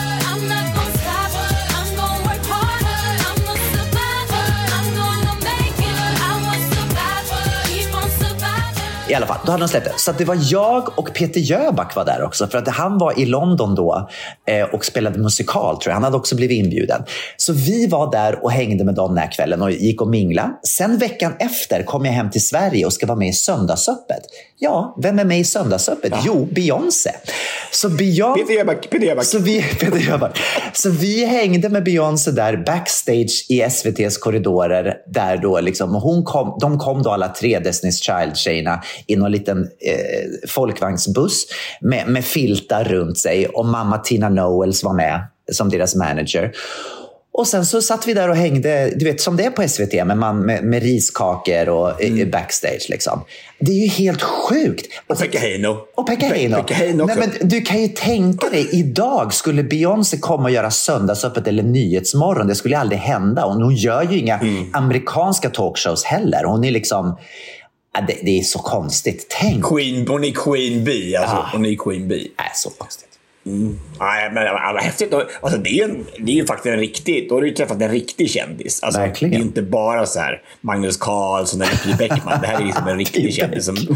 [SPEAKER 3] I alla fall, då hade de släppt det. Så att det var jag och Peter Jöback var där också. För att han var i London då eh, och spelade musikal, tror jag. Han hade också blivit inbjuden. Så vi var där och hängde med dem den här kvällen och gick och mingla. Sen veckan efter kom jag hem till Sverige och ska vara med i Söndagsöppet. Ja, vem är med i Söndagsöppet? Ja. Jo, Beyoncé. Så Beyoncé...
[SPEAKER 4] Peter Jöback, Peter Jöback.
[SPEAKER 3] Så vi, Peter Jöback. Så vi hängde med Beyoncé där backstage i S V T:s korridorer. Där då liksom, och hon kom, de kom då alla tre Destiny's Child-tjejerna i någon liten eh, folkvagnsbuss med, med filtar runt sig, och mamma Tina Knowles var med som deras manager. Och sen så satt vi där och hängde, du vet som det är på S V T, med, man, med, med riskakor och mm. backstage liksom. Det är ju helt sjukt.
[SPEAKER 4] Och Pekka Heino.
[SPEAKER 3] Och Pekka Heino.
[SPEAKER 4] Pekka Heino
[SPEAKER 3] Nej, men du kan ju tänka dig, idag skulle Beyoncé komma och göra söndagsöppet eller Nyhetsmorgon. Det skulle aldrig hända. Och hon gör ju inga mm. amerikanska talkshows heller. Hon är liksom... Det, det är så konstigt. Tänk.
[SPEAKER 4] Queen, hon är Queen Bee. Alltså, ah. Hon är Queen Bee.
[SPEAKER 3] Det är så konstigt.
[SPEAKER 4] Mm. Nej, men vad häftigt. Alltså, det, är ju en, det är ju faktiskt en riktig... Då har du ju träffat en riktig kändis. Alltså,
[SPEAKER 3] verkligen.
[SPEAKER 4] Det är ju inte bara så här Magnus Carlsson eller Pia Bäckman. Det här är liksom en riktig kändis som...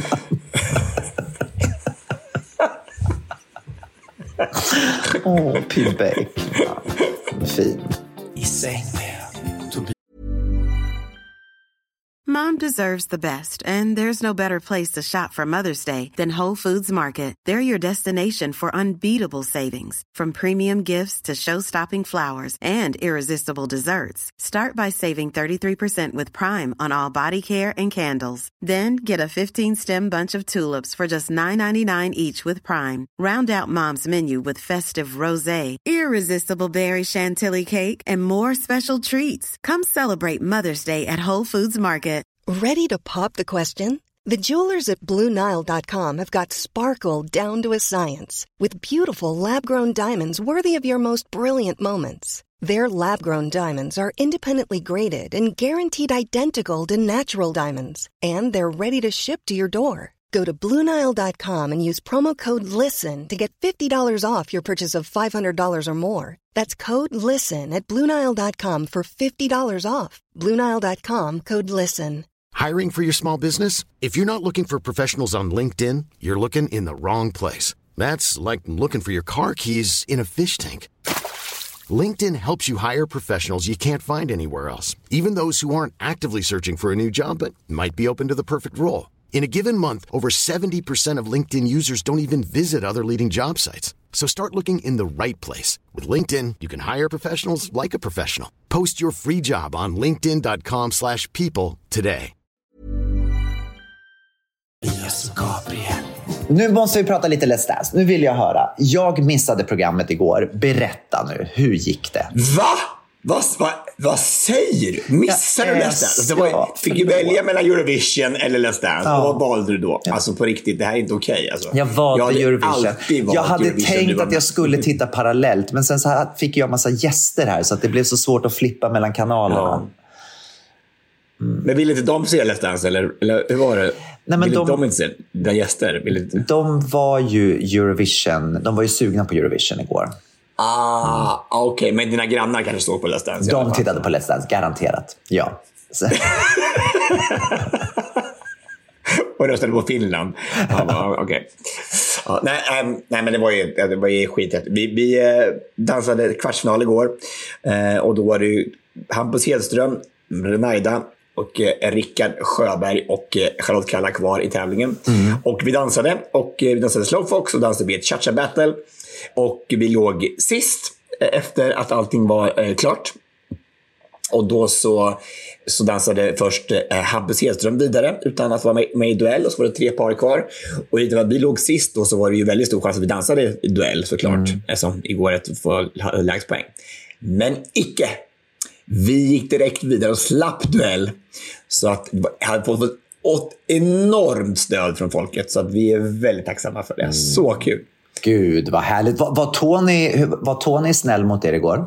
[SPEAKER 3] Åh, oh, Pia Bäckman. Fin.
[SPEAKER 5] I säng med Tobias.
[SPEAKER 6] Mom deserves the best, and there's no better place to shop for Mother's Day than Whole Foods Market. They're your destination for unbeatable savings, from premium gifts to show-stopping flowers and irresistible desserts. Start by saving thirty-three percent with Prime on all body care and candles. Then get a fifteen-stem bunch of tulips for just nine ninety-nine each with Prime. Round out Mom's menu with festive rosé, irresistible berry chantilly cake, and more special treats. Come celebrate Mother's Day at Whole Foods Market.
[SPEAKER 2] Ready to pop the question? The jewelers at Blue Nile dot com have got sparkle down to a science with beautiful lab-grown diamonds worthy of your most brilliant moments. Their lab-grown diamonds are independently graded and guaranteed identical to natural diamonds, and they're ready to ship to your door. Go to Blue Nile dot com and use promo code LISTEN to get fifty dollars off your purchase of five hundred dollars or more. That's code LISTEN at Blue Nile dot com for fifty dollars off. Blue Nile dot com, code LISTEN.
[SPEAKER 1] Hiring for your small business? If you're not looking for professionals on LinkedIn, you're looking in the wrong place. That's like looking for your car keys in a fish tank. LinkedIn helps you hire professionals you can't find anywhere else, even those who aren't actively searching for a new job but might be open to the perfect role. In a given month, over seventy percent of LinkedIn users don't even visit other leading job sites. So start looking in the right place. With LinkedIn, you can hire professionals like a professional. Post your free job on linkedin dot com slash people today.
[SPEAKER 3] Nu måste vi prata lite Let's Dance. Nu vill jag höra. Jag missade programmet igår. Berätta nu, hur gick det?
[SPEAKER 4] Va? Vad, vad, vad säger du? Missade du Let's Dance? Det var, fick ju välja mellan Eurovision eller Let's Dance. Ja. Vad valde du då? Ja. Alltså på riktigt, det här är inte okej. Okay, alltså.
[SPEAKER 3] Jag valde jag Eurovision. Jag hade
[SPEAKER 4] Eurovision,
[SPEAKER 3] tänkt att jag skulle titta parallellt. Men sen så här fick jag en massa gäster här. Så att det blev så svårt att flippa mellan kanalerna. Ja.
[SPEAKER 4] Mm. Men ville inte de se Let's Dance? Eller, eller hur var det? Nej, men ville de, de inte se dina gäster? Ville inte...
[SPEAKER 3] De var ju Eurovision. De var ju sugna på Eurovision igår.
[SPEAKER 4] Ah, mm. okej. Okay. Men dina grannar kanske såg på Let's Dance?
[SPEAKER 3] De tittade på Let's Dance, garanterat. Ja.
[SPEAKER 4] Och röstade på Finland. Ja, okej. Okay. Ja, nej, ähm, nej, men det var ju, det var ju skit. Vi, vi dansade kvartsfinal igår. Eh, och då var det ju Hampus Hedström, Renaida och eh, Rickard Sjöberg och eh, Charlotte Kalla kvar i tävlingen. Mm. Och vi dansade. Och eh, vi dansade Slowfox och dansade vi ett cha-cha battle. Och vi låg sist eh, efter att allting var eh, klart. Och då så, så dansade först eh, Hampus Hedström vidare utan att vara med, med i duell. Och så var det tre par kvar. Och i att vi låg sist då, så var det ju väldigt stor chans att vi dansade i duell såklart. Mm. Eftersom igår ett för lägst poäng. Men icke. Vi gick direkt vidare och slapp duell. Så att jag hade fått ett enormt stöd från folket. Så att vi är väldigt tacksamma för det. Mm. Så kul.
[SPEAKER 3] Gud, vad härligt. Var, var, Tony, var Tony snäll mot er igår?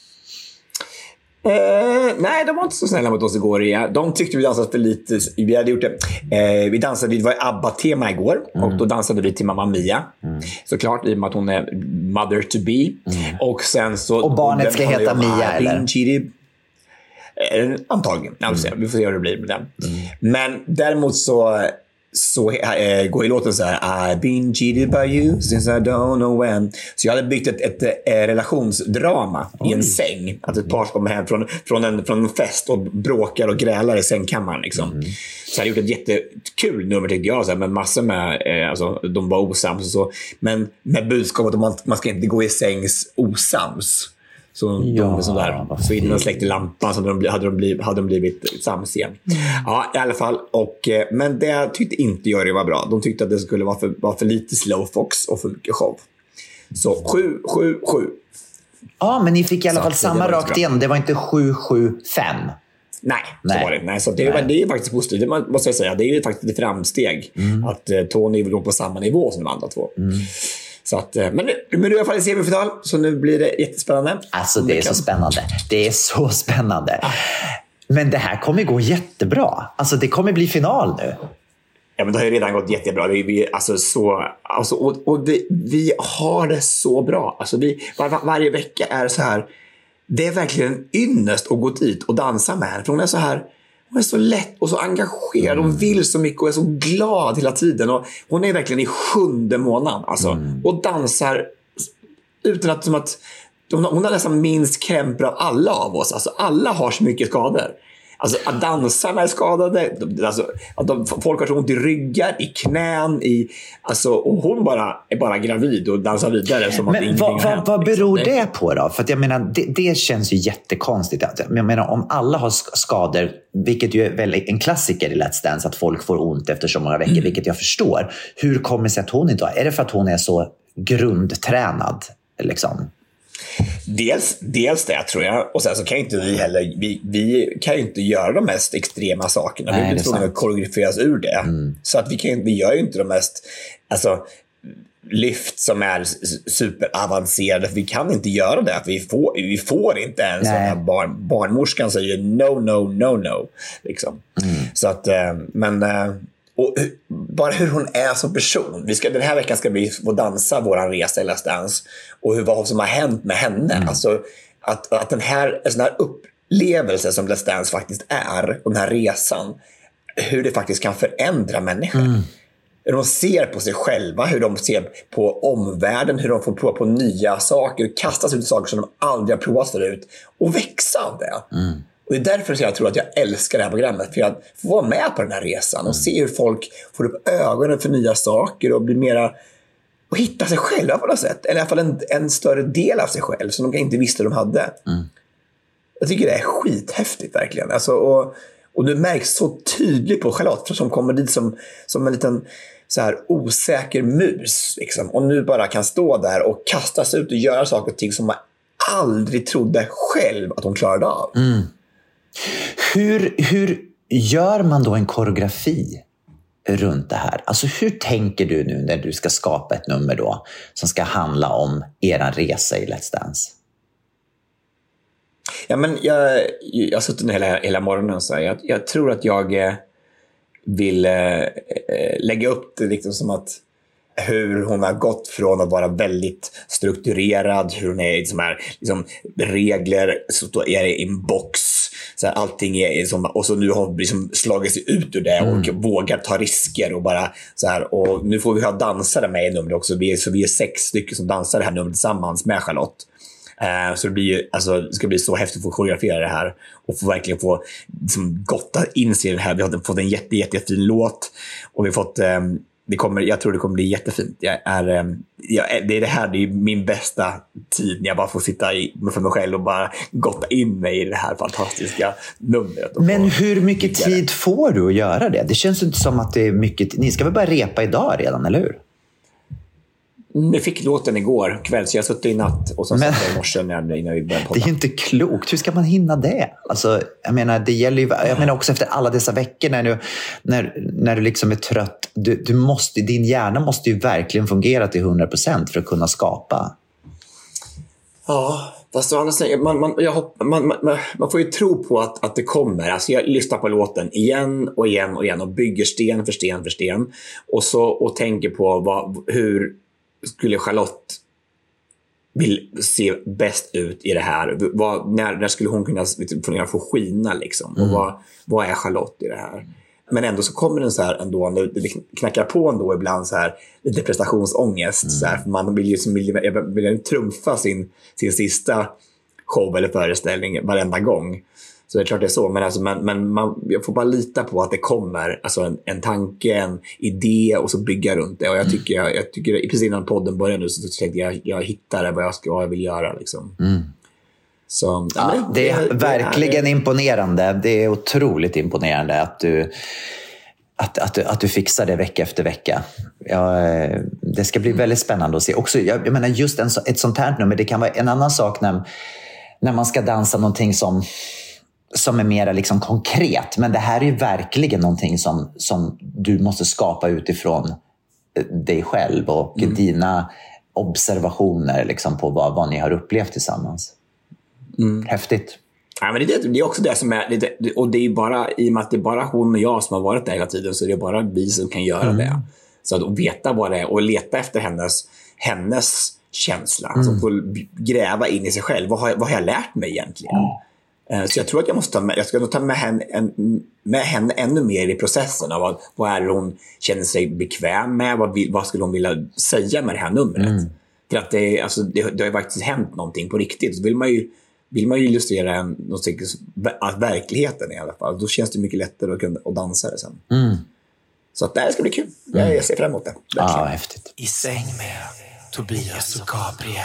[SPEAKER 4] Eh, nej, de var inte så snälla mot oss igår. Ja. De tyckte vi dansade för lite. Vi hade gjort det. Eh, vi dansade, det var ABBA-tema igår. Mm. Och då dansade vi till Mamma Mia. Mm. Såklart, i och med att hon är mother to be. Mm. Och sen så...
[SPEAKER 3] Och barnet ska heta Mia, eller?
[SPEAKER 4] Eh, antagligen. Mm. Ja, vi får se hur det blir med den. Mm. Men däremot så... Så äh, går i låten så här: I've been cheated by you since I don't know when. Så jag hade byggt ett, ett, ett relationsdrama. Oj. I en säng. Att ett par ska komma hem från, från, en, från en fest och bråkar och grälar i sängkammaren liksom. Mm. Så jag hade gjort ett jättekul nummer tyckte jag så här, med massor med eh, alltså, de var osams och så. Men med budskapet att man, man ska inte gå i sängs osams. Så, ja, de, så, där. Så innan de släckte lampan så hade de, hade de, blivit, hade de blivit sams igen. Mm. Ja, i alla fall. Och, men det tyckte inte jag det var bra. De tyckte att det skulle vara för, vara för lite Slowfox och för mycket show. Så sju, sju, sju.
[SPEAKER 3] Ja, men ni fick i alla
[SPEAKER 4] Så
[SPEAKER 3] fall
[SPEAKER 4] att
[SPEAKER 3] samma
[SPEAKER 4] det var
[SPEAKER 3] rakt igen. Det var inte sju sju fem.
[SPEAKER 4] Nej,
[SPEAKER 3] Nej.
[SPEAKER 4] så var det. Nej, så det, är, det är faktiskt positivt, det måste jag säga. Det är ju faktiskt ett framsteg mm. att uh, Tony vill gå på samma nivå som de andra två. Mm. Så att, uh, men, men nu är i alla fall i semifinal, så nu blir det jättespännande.
[SPEAKER 3] Alltså det är så spännande. Det är så spännande. Men det här kommer gå jättebra. Alltså det kommer bli final nu.
[SPEAKER 4] Ja, men det har ju redan gått jättebra. Vi, vi, alltså, så, alltså, och och vi, vi har det så bra. Alltså, vi, var, var, varje vecka är det så här. Det är verkligen en ynnest att gå dit och dansa med henne. För hon är så här, hon är så lätt och så engagerad. Hon vill så mycket och är så glad hela tiden. Och hon är verkligen i sjunde månaden. Alltså, mm. Och dansar utan att, som att hon, hon har nästan minst krämpor av alla av oss. Alltså, alla har så mycket skador. Alltså att dansarna är skadade, alltså, att de, folk har så ont i ryggar, i knän, i, alltså, och hon bara är bara gravid och dansar vidare som
[SPEAKER 3] men
[SPEAKER 4] att
[SPEAKER 3] vad, vad, vad beror
[SPEAKER 4] liksom.
[SPEAKER 3] det på då? För att jag menar, det, det känns ju jättekonstigt. Jag menar, om alla har skador, vilket ju är väl en klassiker i Let's Dance, att folk får ont efter så många veckor, mm. vilket jag förstår. Hur kommer det sig att hon inte har? Är det för att hon är så grundtränad liksom?
[SPEAKER 4] Dels, dels det tror jag. Och sen så kan inte vi heller vi, vi kan ju inte göra de mest extrema sakerna. Nej, vi blir tvungna att koreograferas ur det. Mm. Så att vi, kan, vi gör ju inte de mest alltså, lyft som är superavancerade. Vi kan inte göra det. Vi får, vi får inte en sån här barn, barnmorskan säger no, no, no, no. Liksom. Mm. Så att, men... Och bara hur hon är som person. Vi ska, den här veckan ska vi få dansa våran resa i Let's Dance. Och hur, vad som har hänt med henne. Mm. Alltså, att, att den här, en sån här upplevelse som Let's Dance faktiskt är. Och den här resan. Hur det faktiskt kan förändra människor. Mm. Hur de ser på sig själva. Hur de ser på omvärlden. Hur de får prova på nya saker. Kastas ut saker som de aldrig har provat förut. Och växa av det. Mm. Och det är därför jag tror att jag älskar det här programmet. För jag får vara med på den här resan. Och se hur folk får upp ögonen för nya saker. Och blir mera... Och hitta sig själva på något sätt. Eller i alla fall en, en större del av sig själv. Som de inte visste de hade. Mm. Jag tycker det är skithäftigt verkligen. Alltså, och, och det märks så tydligt på Charlotte. Som kommer dit som, som en liten så här osäker mus. Liksom. Och nu bara kan stå där och kastas ut och göra saker och ting som man aldrig trodde själv att hon klarade av.
[SPEAKER 3] Mm. Hur, hur gör man då en koreografi runt det här? Alltså hur tänker du nu när du ska skapa ett nummer då som ska handla om eran resa i Let's Dance?
[SPEAKER 4] Ja, men jag, jag har suttit hela, hela morgonen och så jag, jag tror att jag vill äh, lägga upp det liksom som att hur hon har gått från att vara väldigt strukturerad, hur hon är liksom här, liksom, regler, så är det i en box. Så här, allting är som, och så nu har hon liksom slagit sig ut ur det och mm. vågar ta risker och bara så här, och nu får vi ha dansare med i numret också. Vi är, så vi är sex stycken som dansar det här numret tillsammans med Charlotte. Uh, så det blir ju, alltså, det ska bli så häftigt att få koreografera det här och få verkligen få liksom, gotta in sig i det här. Vi har fått en jätte, jättefin låt och vi har fått um, det kommer, jag tror det kommer bli jättefint. Jag är, jag, det är det här, det är min bästa tid när jag bara får sitta i, för mig själv och bara gotta in mig i det här fantastiska numret.
[SPEAKER 3] Men hur mycket tid får du att göra det? Det känns inte som att det är mycket. Ni ska väl bara repa idag redan, eller hur?
[SPEAKER 4] Vi fick låten igår kväll, så jag suttit i natt och så satt jag i morse innan vi började podda.
[SPEAKER 3] Det är inte klokt. Hur ska man hinna det? Alltså, jag menar, det gäller ju, jag menar också efter alla dessa veckor när du, när, när du liksom är trött. Du, du måste, din hjärna måste ju verkligen fungera till hundra procent för att kunna skapa.
[SPEAKER 4] Ja, fast man, man, jag hopp, man, man, man får ju tro på att, att det kommer. Alltså jag lyssnar på låten igen och igen och igen och bygger sten för sten för sten. Och, så, och tänker på vad, hur skulle Charlotte vill se bäst ut i det här? Vad, när, när skulle hon kunna, kunna få skina liksom? Mm. Och vad, vad är Charlotte i det här? Men ändå så kommer den så här ändå, det knackar på ändå ibland så här lite prestationsångest. Mm. Så här, för man vill ju som vill, vill trumfa sin, sin sista show eller föreställning varenda gång. Så det är klart det är så, men, alltså, men, men man, jag får bara lita på att det kommer alltså en, en tanke, en idé och så bygga runt det. Och jag tycker, jag, jag tycker precis innan podden började nu så tänkte jag jag hittar vad jag, ska, vad jag vill göra. Liksom. Mm. Så,
[SPEAKER 3] ja, det, det är det, verkligen det är... imponerande. Det är otroligt imponerande att du att, att, du, att du fixar det vecka efter vecka. Ja, det ska bli väldigt spännande att se. Också, jag, jag menar just en, ett sånt här nummer, det kan vara en annan sak när, när man ska dansa någonting som, som är mer liksom konkret. Men det här är ju verkligen någonting som, som du måste skapa utifrån dig själv och mm. dina observationer liksom på vad, vad ni har upplevt tillsammans. Mm. Häftigt.
[SPEAKER 4] Ja, men det, det är också det som är det, och det är bara, i och med att det är bara hon och jag som har varit där hela tiden, så är det bara vi som kan göra mm. det. Så att veta vad det är och leta efter hennes, hennes känsla. Mm. Alltså få gräva in i sig själv. Vad har, vad har jag lärt mig egentligen? Mm. Så jag tror att jag måste ta med, jag ska nog ta med henne, en, med henne ännu mer i processen av vad, vad är det hon känner sig bekväm med, vad, vad skulle hon vilja säga med det här numret. Mm. För att det, alltså, det, det har ju faktiskt hänt någonting på riktigt. Så vill man ju, vill man ju illustrera en, någonting, verkligheten i alla fall. Då känns det mycket lättare att, kunna, att dansa det sen. Mm. Så att det här ska bli kul. Mm. Jag ser fram emot det.
[SPEAKER 3] Ja, ah, häftigt.
[SPEAKER 5] I säng med Tobias och Gabriel.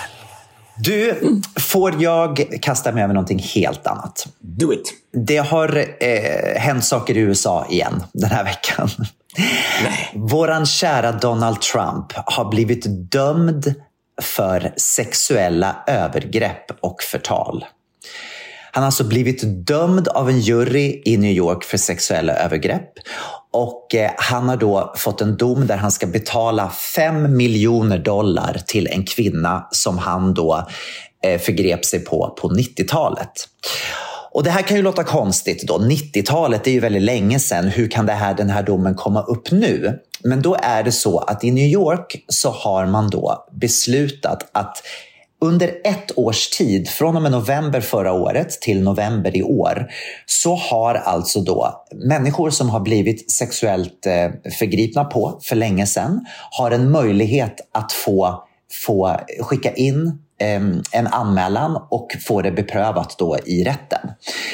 [SPEAKER 3] Du, mm. får jag kasta mig över någonting helt annat?
[SPEAKER 4] Do it.
[SPEAKER 3] Det har eh, hänt saker i U S A igen den här veckan.
[SPEAKER 4] Nej.
[SPEAKER 3] Våran kära Donald Trump har blivit dömd för sexuella övergrepp och förtal. Han har alltså blivit dömd av en jury i New York för sexuella övergrepp. Och eh, han har då fått en dom där han ska betala fem miljoner dollar till en kvinna som han då eh, förgrep sig på på nittiotalet. Och det här kan ju låta konstigt då. nittiotalet är ju väldigt länge sedan. Hur kan det här, den här domen komma upp nu? Men då är det så att i New York så har man då beslutat att under ett års tid, från och med november förra året till november i år, så har alltså då människor som har blivit sexuellt förgripna på för länge sedan har en möjlighet att få, få skicka in eh, en anmälan och få det beprövat då i rätten.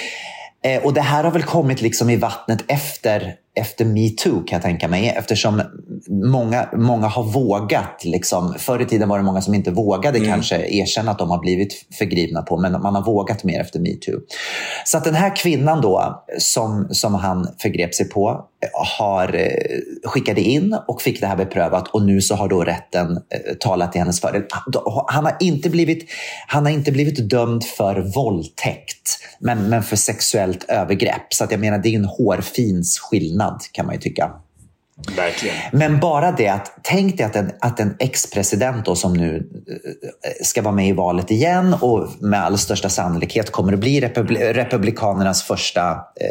[SPEAKER 3] Eh, och det här har väl kommit liksom i vattnet efter efter MeToo, kan jag tänka mig, eftersom många, många har vågat liksom, förr i tiden var det många som inte vågade mm. kanske erkänna att de har blivit förgripna på, men man har vågat mer efter MeToo. Så att den här kvinnan då som, som han förgrep sig på har skickade in och fick det här beprövat, och nu så har då rätten eh, talat i hennes fördel. Han har inte blivit, han har inte blivit dömd för våldtäkt, men, men för sexuellt övergrepp. Så att jag menar, det är en hårfins skillnad, kan man ju tycka.
[SPEAKER 4] Verkligen.
[SPEAKER 3] Men bara det att, tänk dig att en, att en ex-president då, som nu ska vara med i valet igen och med all största sannolikhet kommer att bli republi- republikanernas första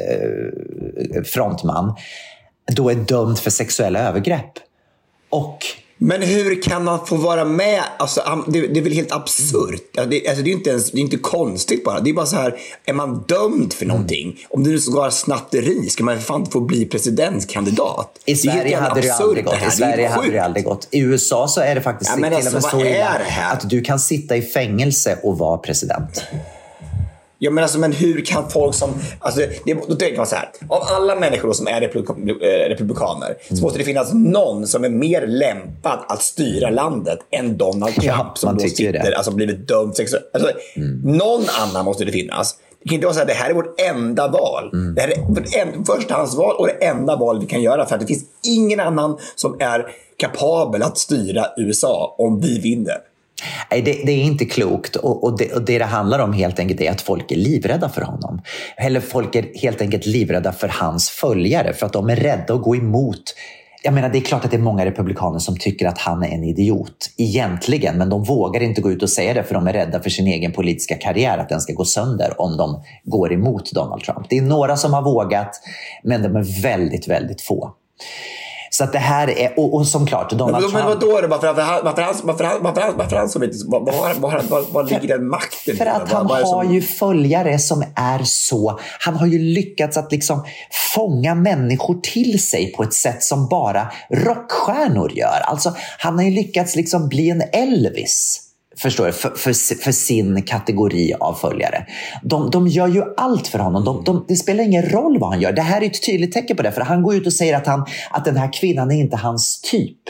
[SPEAKER 3] eh, frontman, då är dömd för sexuella övergrepp. Och
[SPEAKER 4] men hur kan man få vara med? Alltså, det, det är väl helt absurt. Det, alltså, det är inte ens, det är inte konstigt bara. Det är bara så här, är man dömd för någonting? Mm. Om det nu ska vara snatteri, ska man fan få bli presidentkandidat?
[SPEAKER 3] I Sverige hade det aldrig gått. I Sverige hade det aldrig gått. I U S A så är det faktiskt
[SPEAKER 4] ja, men
[SPEAKER 3] till
[SPEAKER 4] alltså,
[SPEAKER 3] och med så
[SPEAKER 4] illa
[SPEAKER 3] att du kan sitta i fängelse och vara president.
[SPEAKER 4] Ja, men alltså, men hur kan folk som, alltså, det, då tänker man så här, av alla människor som är republik- republikaner mm. så måste det finnas någon som är mer lämpad att styra landet än Donald Trump,
[SPEAKER 3] ja,
[SPEAKER 4] som då sitter, alltså blivit dömd sexuellt. Alltså, mm. någon annan måste det finnas. Det kan inte vara så här, det här är vårt enda val. Mm. Det här är vårt en, förstahandsval och det enda val vi kan göra, för att det finns ingen annan som är kapabel att styra U S A om vi vinner.
[SPEAKER 3] Nej, det, det är inte klokt, och, och, det, och det det handlar om helt enkelt är att folk är livrädda för honom. Eller folk är helt enkelt livrädda för hans följare, för att de är rädda att gå emot. Jag menar, det är klart att det är många republikaner som tycker att han är en idiot egentligen, men de vågar inte gå ut och säga det, för de är rädda för sin egen politiska karriär, att den ska gå sönder om de går emot Donald Trump. Det är några som har vågat, men de är väldigt, väldigt få. Så att det här är, och, och som klart Donald
[SPEAKER 4] men,
[SPEAKER 3] Trump.
[SPEAKER 4] Men vad då är det? Varför, varför, varför, varför, varför, varför han som inte, var, var, var, var, var ligger den makten?
[SPEAKER 3] För att han
[SPEAKER 4] var, var
[SPEAKER 3] har
[SPEAKER 4] som...
[SPEAKER 3] ju följare som är så, han har ju lyckats att liksom fånga människor till sig på ett sätt som bara rockstjärnor gör. Alltså han har ju lyckats liksom bli en Elvis. Förstår du? För, för, för sin kategori av följare. De, de gör ju allt för honom. De, de, det spelar ingen roll vad han gör. Det här är ett tydligt tecken på det. För han går ut och säger att, han, att den här kvinnan är inte hans typ.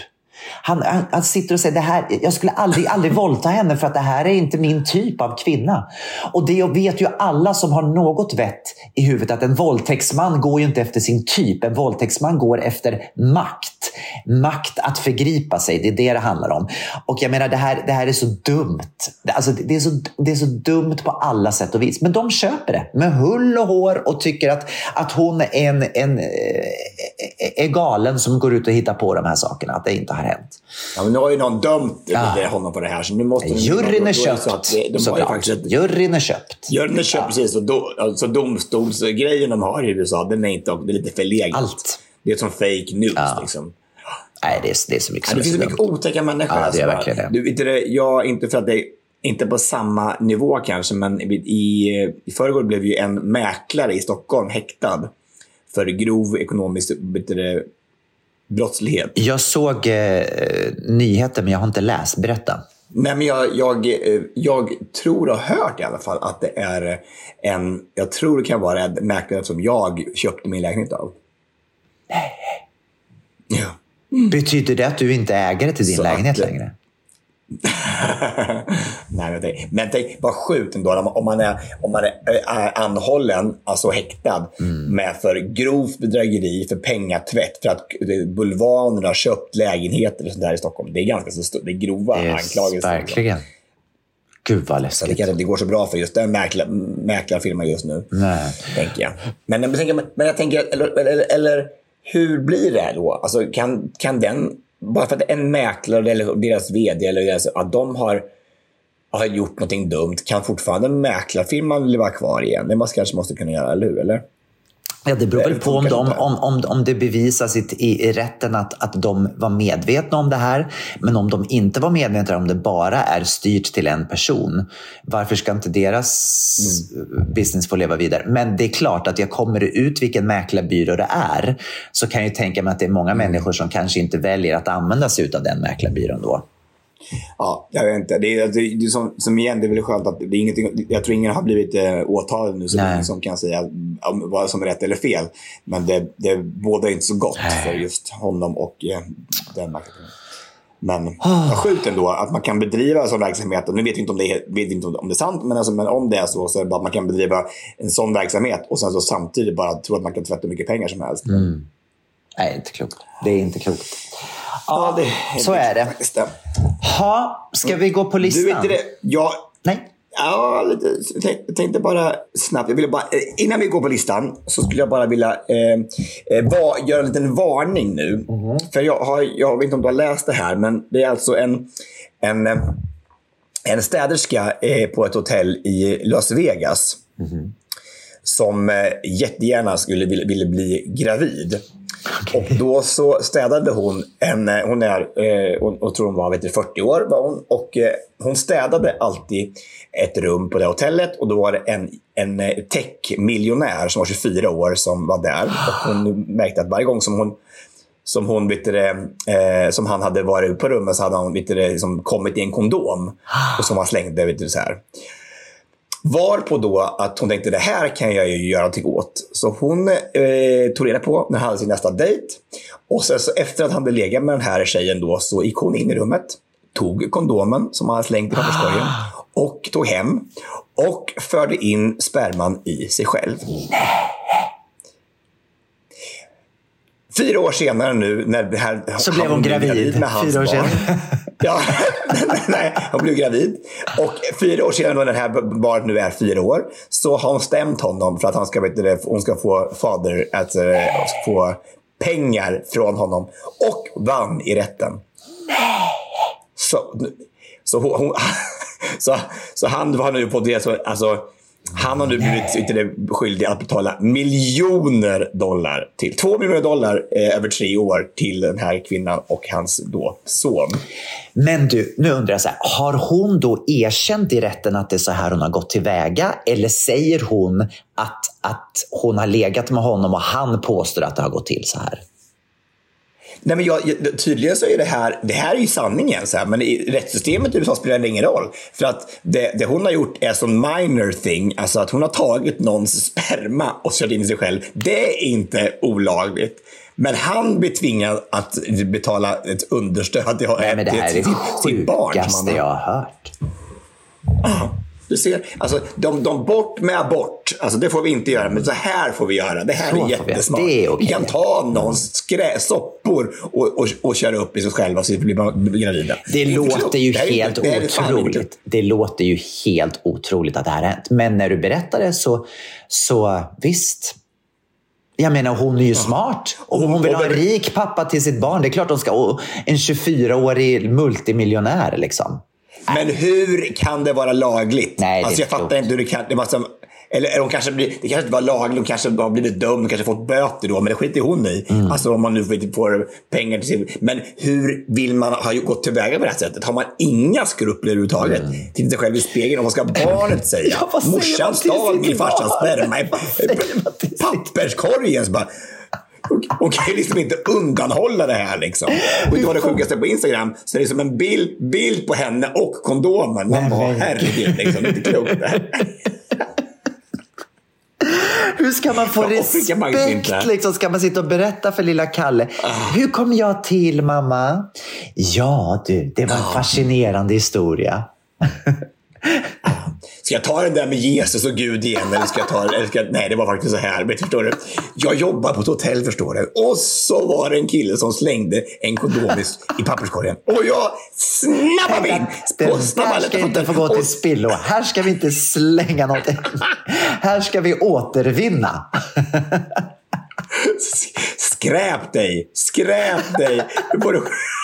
[SPEAKER 3] Han, han, han sitter och säger det här, jag skulle aldrig, aldrig våldta henne för att det här är inte min typ av kvinna. Och det vet ju alla som har något vett i huvudet att en våldtäktsman går ju inte efter sin typ. En våldtäktsman går efter makt. Makt att förgripa sig, det är det det handlar om. Och jag menar, det här, det här är så dumt. Alltså, det, är så, det är så dumt på alla sätt och vis. Men de köper det med hull och hår och tycker att, att hon är, en, en, är galen som går ut och hittar på de här sakerna. Att det inte har hänt.
[SPEAKER 4] Ja, men nu har ju någon dömt ja. honom på det här. Så nu måste
[SPEAKER 3] Juryn är köpt. Juryn är köpt.
[SPEAKER 4] Juryn är köpt, ja. Precis. Och do, alltså domstolsgrejen de har i U S A, den är inte, det är lite förlegat.
[SPEAKER 3] Allt.
[SPEAKER 4] Det är som fake news ja. liksom.
[SPEAKER 3] Nej, det är, det är så mycket.
[SPEAKER 4] Ja, det finns så mycket otäcka människor.
[SPEAKER 3] Ja, det är verkligen det.
[SPEAKER 4] Du vet det, jag inte för att det inte på samma nivå kanske, men i i förrgår blev ju en mäklare i Stockholm häktad för grov ekonomisk det, brottslighet.
[SPEAKER 3] Jag såg eh, nyheter, men jag har inte läst. Berätta.
[SPEAKER 4] Nej, men jag, jag, jag tror och har hört i alla fall att det är en, jag tror det kan vara en mäklare som jag köpte min lägenhet av.
[SPEAKER 3] Nej.
[SPEAKER 4] Ja.
[SPEAKER 3] Mm. Betyder det att du inte äger till din så lägenhet att, längre?
[SPEAKER 4] Nej, men tänk, men tänk vad sjukt ändå om man är, om man är anhållen, alltså häktad mm. med för grovt bedrägeri, för pengatvätt, för att bulvaner har köpt lägenheter och sånt där i Stockholm. Det är ganska så stort, det är grova det är anklagelser.
[SPEAKER 3] Verkligen. Gud vad läskigt.
[SPEAKER 4] Så det kanske inte går så bra för just den mäklar, mäklarfirman just nu.
[SPEAKER 3] Nej.
[SPEAKER 4] Tänker jag. Men, men, men jag tänker, eller, eller, eller hur blir det då? Alltså kan, kan den, bara för att en mäklare eller deras vd eller deras, att de har, har gjort någonting dumt, kan fortfarande mäklarfirman leva kvar igen? Det måste, kanske måste kunna göra, eller hur? Eller?
[SPEAKER 3] Ja, det beror väl på om, de, om, om, om det bevisas i, i, i rätten att, att de var medvetna om det här. Men om de inte var medvetna om det bara är styrt till en person, varför ska inte deras mm. business få leva vidare? Men det är klart att jag kommer ut vilken mäklarbyrå det är, så kan jag tänka mig att det är många mm. människor som kanske inte väljer att använda sig av den mäklarbyrån då.
[SPEAKER 4] Ja, jag vet inte. Det är, det är som, som igen, det är väl skönt att det är ingenting, jag tror ingen har blivit eh, åtalad nu, så det är ingen som kan säga om, vad som är rätt eller fel. Men det, det båda är inte så gott Nej. för just honom och eh, den marknaden. Men oh. vad sjukt ändå att man kan bedriva en sån verksamhet. Och nu vet vi inte om det är, vet inte om det är sant, men, alltså, men om det är så, så är det bara att man kan bedriva en sån verksamhet och sen så samtidigt bara tro att man kan tvätta mycket pengar som helst.
[SPEAKER 3] Mm. Nej, inte klokt. Det är inte klokt. Ja, det är så är det. det. Ha, ska vi gå på listan?
[SPEAKER 4] Du vet inte det. Jag,
[SPEAKER 3] Nej.
[SPEAKER 4] Ja, lite, jag tänkte bara snabbt. Jag ville bara, innan vi går på listan så skulle jag bara vilja eh, va, göra en liten varning nu. Mm. För jag, har, jag vet inte om du har läst det här, men det är alltså en, en, en städerska eh, på ett hotell i Las Vegas mm. som eh, jättegärna skulle vilja, vilja bli gravid. Okay. Och då så städade hon en, hon är, eh, hon, hon tror hon var vet du, fyrtio år var hon, och eh, hon städade alltid ett rum på det hotellet, och då var det en, en tech-miljonär som var tjugofyra år som var där, och hon märkte att varje gång som hon som hon vet du, eh, som han hade varit på rummet, så hade han vet du, liksom kommit i en kondom och som han slängde vet du, så här. Var på då att hon tänkte det här kan jag ju göra någonting åt. Så hon eh, tog reda på när han hade sin nästa dejt. Och sen så efter att han hade legat med den här tjejen då, så gick hon in i rummet. Tog kondomen som han hade slängt i papperskorgen. Och tog hem. Och förde in sperman i sig själv. Fyra år senare nu när det här,
[SPEAKER 3] så blev hon gravid, gravid med hans
[SPEAKER 4] fyra år
[SPEAKER 3] barn.
[SPEAKER 4] Ja, nej, hon blev gravid. Och fyra år senare när det här barnet nu är fyra år, så har hon stämt honom för att han ska, vet du, hon ska få fader att uh, få pengar från honom, och vann i rätten. Så, så, hon, så, så han var nu på det så, alltså han har nu blivit inte skyldig att betala miljoner dollar till två miljoner dollar eh, över tre år till den här kvinnan och hans då son.
[SPEAKER 3] Men du, nu undrar jag så här, har hon då erkänt i rätten att det är så här hon har gått tillväga, eller säger hon att, att hon har legat med honom och han påstår att det har gått till så här?
[SPEAKER 4] Nej, men jag, tydligen så är det här, det här är ju sanningen så här, men i rättssystemet i U S A spelar det ingen roll, för att det, det hon har gjort är sån minor thing, alltså att hon har tagit någons sperma och kört in i sig själv, det är inte olagligt. Men han blir tvingad att betala ett understöd till,
[SPEAKER 3] Nej, men det här
[SPEAKER 4] till,
[SPEAKER 3] är
[SPEAKER 4] till
[SPEAKER 3] det
[SPEAKER 4] sitt barn.
[SPEAKER 3] sjukaste jag har hört.
[SPEAKER 4] Ja, du ser. Alltså, de, de bort med abort. Alltså, det får vi inte göra, men så här får vi göra. Det här
[SPEAKER 3] Så
[SPEAKER 4] är jättesmart. Vi.
[SPEAKER 3] Det är okay.
[SPEAKER 4] vi kan ta någons skrä, soppor och, och, och köra upp i sig själva så att vi blir, blir gravida.
[SPEAKER 3] Det,
[SPEAKER 4] det
[SPEAKER 3] låter ju helt
[SPEAKER 4] det är,
[SPEAKER 3] otroligt. Det, det låter ju helt otroligt att det här har hänt. Men när du berättar det så, så visst. Jag menar, hon är ju smart. Och hon vill ha en rik pappa till sitt barn. Det är klart hon ska. Och en tjugofyraårig multimiljonär liksom.
[SPEAKER 4] Men hur kan det vara lagligt?
[SPEAKER 3] Nej,
[SPEAKER 4] alltså, jag fattar inte hur det kan... Det var som, eller, eller de kanske blir, det kanske inte var lagligt. De kanske har blivit dömd. De kanske fått böter då. Men det skiter hon i. Mm. Alltså om man nu får pengar till sig. Men hur vill man ha gått tillväga på det här sättet? Har man inga skrupler överhuvudtaget? Mm. Till sig själv i spegeln. Och vad ska barnet säga? Ja, morsan stal min farsans sperma i papperskorgen. Så bara... Hon kan ju liksom inte undanhålla det här liksom. Och det var det sjukaste på Instagram. Så det är som en bild, bild på henne och kondomen. Man bara, herregud liksom, det är inte klokt det här.
[SPEAKER 3] Hur ska man få
[SPEAKER 4] ja,
[SPEAKER 3] respekt liksom? Ska man sitta och berätta för lilla Kalle? Ah. Hur kom jag till, mamma? Ja du, det var en ah. fascinerande historia.
[SPEAKER 4] Ska jag ta den där med Jesus och Gud igen? Eller ska jag ta eller ska jag, nej, det var faktiskt så här. Men, förstår du? Jag jobbar på ett hotell, förstår du. Och så var det en kille som slängde en kondom i papperskorgen. Och jag snabbade in.
[SPEAKER 3] Den där ska inte få gå till spillo. Här ska vi inte slänga något. Här ska vi återvinna.
[SPEAKER 4] Skräp dig. Skräp dig. Du får...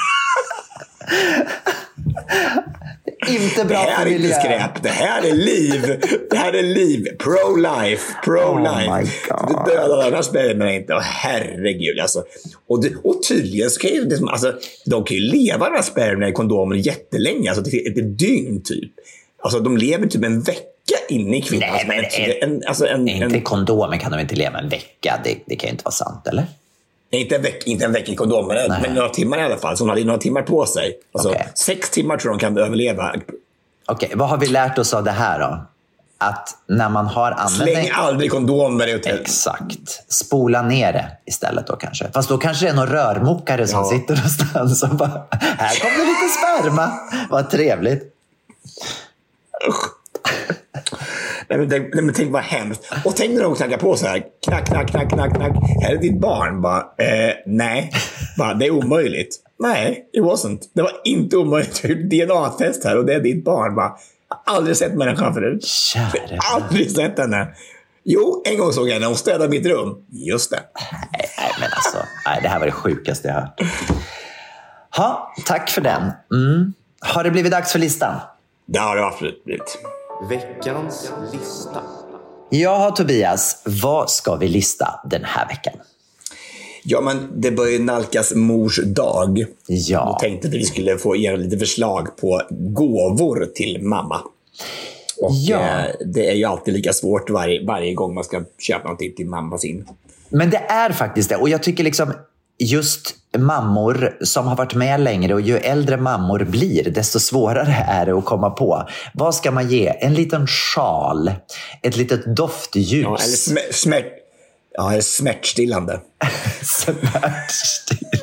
[SPEAKER 3] Inte bra.
[SPEAKER 4] Det här är inte skräp, det här är liv. Det här är liv, pro-life. Pro-life. Oh det dödar annars spermierna inte. Och herregud alltså. Och, det, och tydligen så kan ju det, alltså, de kan ju leva de här spermierna i kondomer jättelänge. Alltså det är ett, ett dygn typ. Alltså de lever typ en vecka inne i kvinnan.
[SPEAKER 3] Nej, men en, en, alltså en, inte en, kondomer kan de inte leva en vecka. Det, det kan ju inte vara sant, eller?
[SPEAKER 4] Inte en, veck, inte en vecka i kondomen, men några timmar i alla fall. Så hon hade några timmar på sig. Alltså, okay. Sex timmar tror jag de kan överleva.
[SPEAKER 3] Okej, okay, vad har vi lärt oss av det här då? Att när man har användning...
[SPEAKER 4] Släng aldrig kondomer i hotell.
[SPEAKER 3] Exakt. Spola ner det istället då kanske. Fast då kanske det är någon rörmokare som ja. sitter någonstans och bara... Här kommer det lite sperma. Vad trevligt.
[SPEAKER 4] Usch. Nej, men tänk, nej, men tänk vad hemskt. Och tänk när de knackar på så här. Knack, knack, knack, knack, knack. Här är ditt barn. Bara, eh, nej, bara, det är omöjligt. Nej, it wasn't. Det var inte omöjligt. D N A-test här och det är ditt barn. Bara, jag har aldrig sett människan förut.
[SPEAKER 3] Käre.
[SPEAKER 4] Aldrig sett henne. Jo, en gång såg jag henne. Hon städade mitt rum. Just det.
[SPEAKER 3] Nej, nej men alltså. Nej, det här var det sjukaste jag hört. Ha, tack för den. Mm. Har det blivit dags för listan?
[SPEAKER 4] Det har det absolut blivit.
[SPEAKER 5] Veckans lista.
[SPEAKER 3] Ja, Tobias, vad ska vi lista den här veckan?
[SPEAKER 4] Ja, men det börjar nalkas mors dag.
[SPEAKER 3] Ja.
[SPEAKER 4] Jag tänkte att vi skulle få ge lite förslag på gåvor till mamma. Och ja. eh, det är ju alltid lika svårt varje, varje gång man ska köpa någonting till mamma sin.
[SPEAKER 3] Men det är faktiskt det. Och jag tycker liksom just mammor som har varit med längre, och ju äldre mammor blir, desto svårare är det att komma på. Vad ska man ge? En liten sjal, ett litet doftljus. Ja,
[SPEAKER 4] eller sm- smärt, ja, eller smärtstillande.
[SPEAKER 3] Smärtstillande.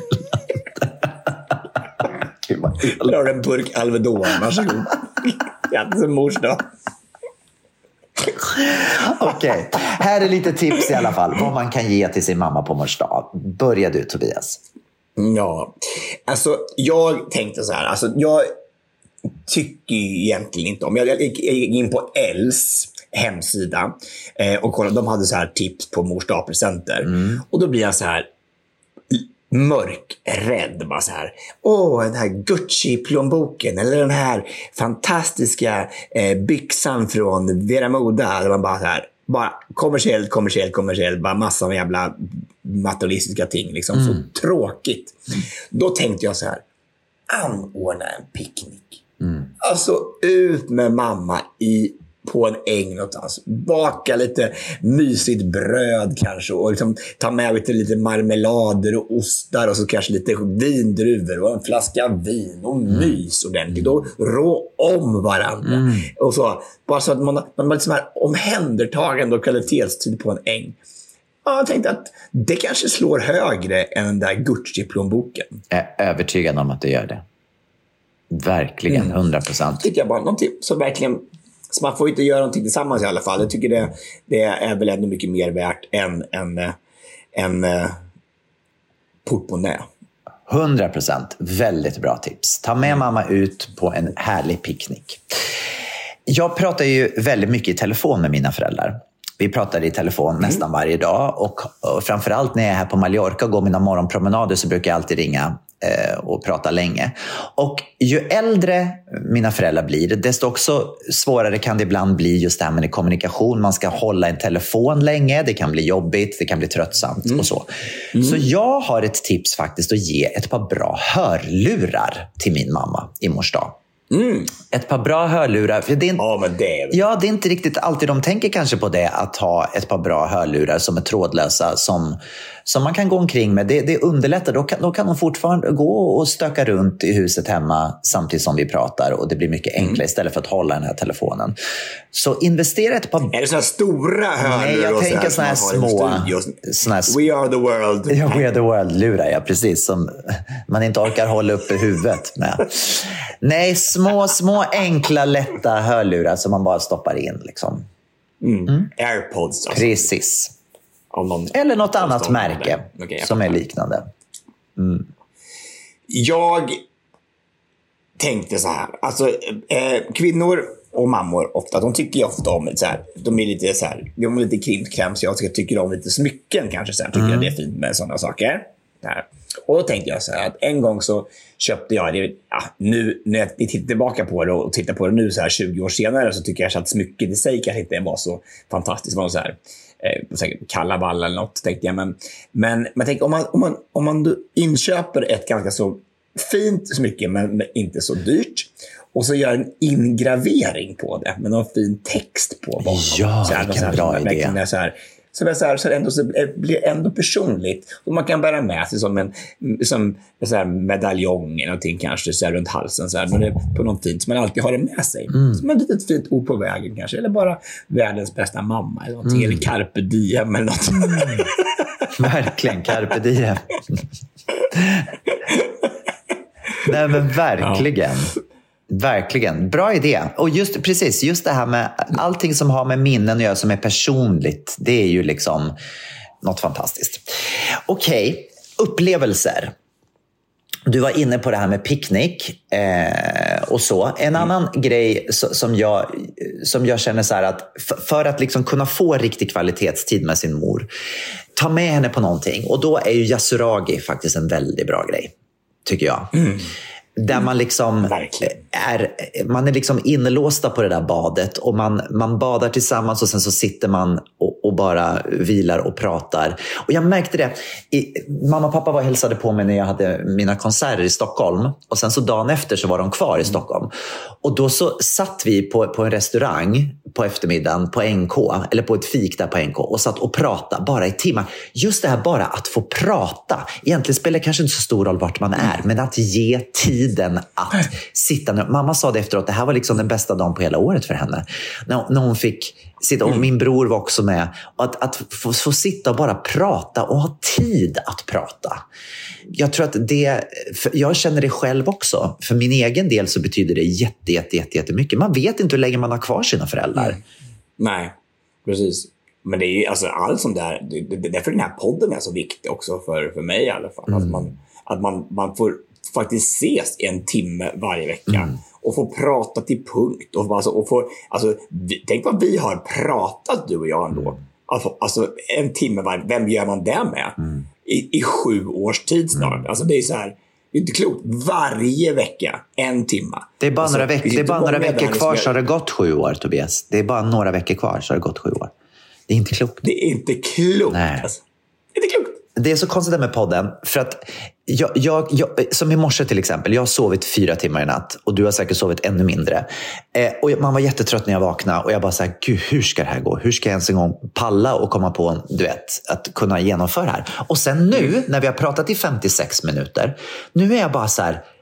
[SPEAKER 4] Eller har du en burk Alvedon? Varsågod. Grattis mors dag.
[SPEAKER 3] Okej, okay. Här är lite tips i alla fall vad man kan ge till sin mamma på mors dag. Börja du, Tobias.
[SPEAKER 4] Ja, alltså jag tänkte så här, alltså jag tycker egentligen inte om, jag gick in på Els hemsida eh, och kollade, de hade så här tips på mors dagpresenter. Mm. Och då blir jag så här mörkrädd, bara så här. Åh, den här Gucci-plånboken eller den här fantastiska eh, byxan från Vera Moda, där man bara så här, bara kommersiellt, kommersiellt, kommersiellt, bara massa med jävla materialistiska ting liksom, mm. så tråkigt. Mm. Då tänkte jag så här, anordna en picknick. Mm. Alltså ut med mamma i på en äng någonstans. Baka lite mysigt bröd kanske och liksom ta med lite, lite marmelader och ostar och så kanske lite vindruvor och en flaska vin och mys ordentligt och rå om varandra. Mm. Och så, bara så att man, man har liksom här omhändertagande och kvalitetstid på en äng. ja, jag tänkte att det kanske slår högre än den där Gucci-plånboken.
[SPEAKER 3] Jag är övertygad om att det gör det. Verkligen, hundra procent.
[SPEAKER 4] Tycker jag bara någonting som verkligen... Så man får inte göra någonting tillsammans i alla fall. Jag tycker det, det är väl ändå mycket mer värt än en, en, en portmonnä.
[SPEAKER 3] hundra procent. Väldigt bra tips. Ta med mamma ut på en härlig picknick. Jag pratar ju väldigt mycket i telefon med mina föräldrar. Vi pratar i telefon mm. nästan varje dag. Och, och framförallt när jag är här på Mallorca och går mina morgonpromenader så brukar jag alltid ringa eh, och prata länge. Och ju äldre mina föräldrar blir, desto också svårare kan det ibland bli just det här med kommunikation. Man ska hålla en telefon länge, det kan bli jobbigt, det kan bli tröttsamt mm. och så. Mm. Så jag har ett tips faktiskt att ge ett par bra hörlurar till min mamma i mors dag. Mm. Ett par bra hörlurar. För det är inte,
[SPEAKER 4] ja, men det är...
[SPEAKER 3] ja, det är inte riktigt alltid de tänker kanske på det, att ha ett par bra hörlurar som är trådlösa som, som man kan gå omkring med. Det, det underlättar. Då kan, då kan de fortfarande gå och stöka runt i huset hemma samtidigt som vi pratar och det blir mycket enklare mm. istället för att hålla den här telefonen. Så investera ett par...
[SPEAKER 4] Är det såna stora hörlurar?
[SPEAKER 3] Nej, jag tänker såna här små... Såna här...
[SPEAKER 4] We are the world.
[SPEAKER 3] Ja, we are the world-lurar, ja, precis. Som man inte orkar hålla upp i huvudet med. Nej, små, små, enkla, lätta hörlurar som man bara stoppar in. Liksom.
[SPEAKER 4] Mm. Mm. Airpods. Alltså.
[SPEAKER 3] Precis.
[SPEAKER 4] Någon,
[SPEAKER 3] eller något annat märke okay, som är liknande. Mm.
[SPEAKER 4] Jag tänkte så här. Alltså, eh, kvinnor och mammor ofta, de tycker ju ofta om så här, de är lite så här, de är lite krimskräm, så jag tycker om lite smycken kanske så här, tycker mm. jag det är fint med sådana saker. Där. Och då tänkte jag så här att en gång så köpte jag det, ja, nu när jag tittar tillbaka på det och tittar på det nu så här tjugo år senare, så tycker jag att smycket i sig kanske inte var så fantastiskt. Det var så här eh, säkert Kalla eller något, tänkte jag. Men, men man tänker, om man, om man, om man inköper ett ganska så fint smycke men inte så dyrt, och så gör en ingravering på det med någon fin text på bakom.
[SPEAKER 3] Ja,
[SPEAKER 4] så här,
[SPEAKER 3] vilken
[SPEAKER 4] så här,
[SPEAKER 3] bra
[SPEAKER 4] så här,
[SPEAKER 3] idé.
[SPEAKER 4] Så här, så det, så här, så ändå, så blir ändå personligt. Och man kan bära med sig som en, som en så här medaljong eller någonting kanske så här runt halsen. Så här, men det är på något fint som man alltid har det med sig. Mm. Som ett litet fint ord på vägen kanske. Eller bara världens bästa mamma. Eller, någonting, mm. eller carpe diem eller något. Mm.
[SPEAKER 3] Verkligen, carpe diem. Nej men verkligen. Ja. Verkligen, bra idé. Och just precis, just det här med allting som har med minnen att göra som är personligt, det är ju liksom något fantastiskt. Okej, okay. Upplevelser. Du var inne på det här med picknick eh, och så. En annan mm. grej som jag, som jag känner så här att för att liksom kunna få riktig kvalitetstid med sin mor, ta med henne på någonting. Och då är ju Yasuragi faktiskt en väldigt bra grej, tycker jag. Mm. Där man liksom är, man är liksom inlåsta på det där badet och man, man badar tillsammans och sen så sitter man och, och bara vilar och pratar. Och jag märkte det, i, mamma och pappa var och hälsade på mig när jag hade mina konserter i Stockholm, och sen så dagen efter så var de kvar i Stockholm. Och då så satt vi på, på en restaurang på eftermiddagen på N K, eller på ett fik där på N K, och satt och pratade bara i timmar. Just det här bara att få prata. Egentligen spelar det kanske inte så stor roll vart man är, men att ge tiden att sitta. Mamma sa det efteråt, det här var liksom den bästa dagen på hela året för henne. När, när hon fick sitta, och min bror var också med. Och att, att få, få sitta och bara prata och ha tid att prata. Jag tror att det, jag känner det själv också. För min egen del så betyder det jätte, jätte, jätte, jättemycket. Man vet inte hur länge man har kvar sina föräldrar. Mm.
[SPEAKER 4] Nej, precis. Men det är ju alltså allt som där, det, det, därför den här podden är så viktig också för, för mig i alla fall. Mm. Att, man, att man, man får faktiskt ses en timme varje vecka. Mm. Och få prata till punkt. Och, alltså, och få, alltså, vi, tänk vad vi har pratat, du och jag ändå. Alltså, alltså en timme varje, vem gör man det med? Mm. I, I sju års tid snart. Mm. Alltså det är så här, det är inte klokt. Varje vecka, en timme.
[SPEAKER 3] Det är bara
[SPEAKER 4] alltså,
[SPEAKER 3] några, veck- det är bara några veckor kvar så har det gått sju år, Tobias. Det är bara några veckor kvar så har det gått sju år. Det är inte klokt.
[SPEAKER 4] Det är inte klokt. Nej. Alltså. Det är inte klokt.
[SPEAKER 3] Det är så konstigt med podden, för att jag, jag, jag, som i morse till exempel, jag har sovit fyra timmar i natt och du har säkert sovit ännu mindre. Eh, och man var jättetrött när jag vaknade och jag bara så här, gud, hur ska det här gå? Hur ska jag ens en gång palla och komma på, en, du vet, att kunna genomföra det här? Och sen nu, när vi har pratat i femtiosex minuter, nu är jag bara så här,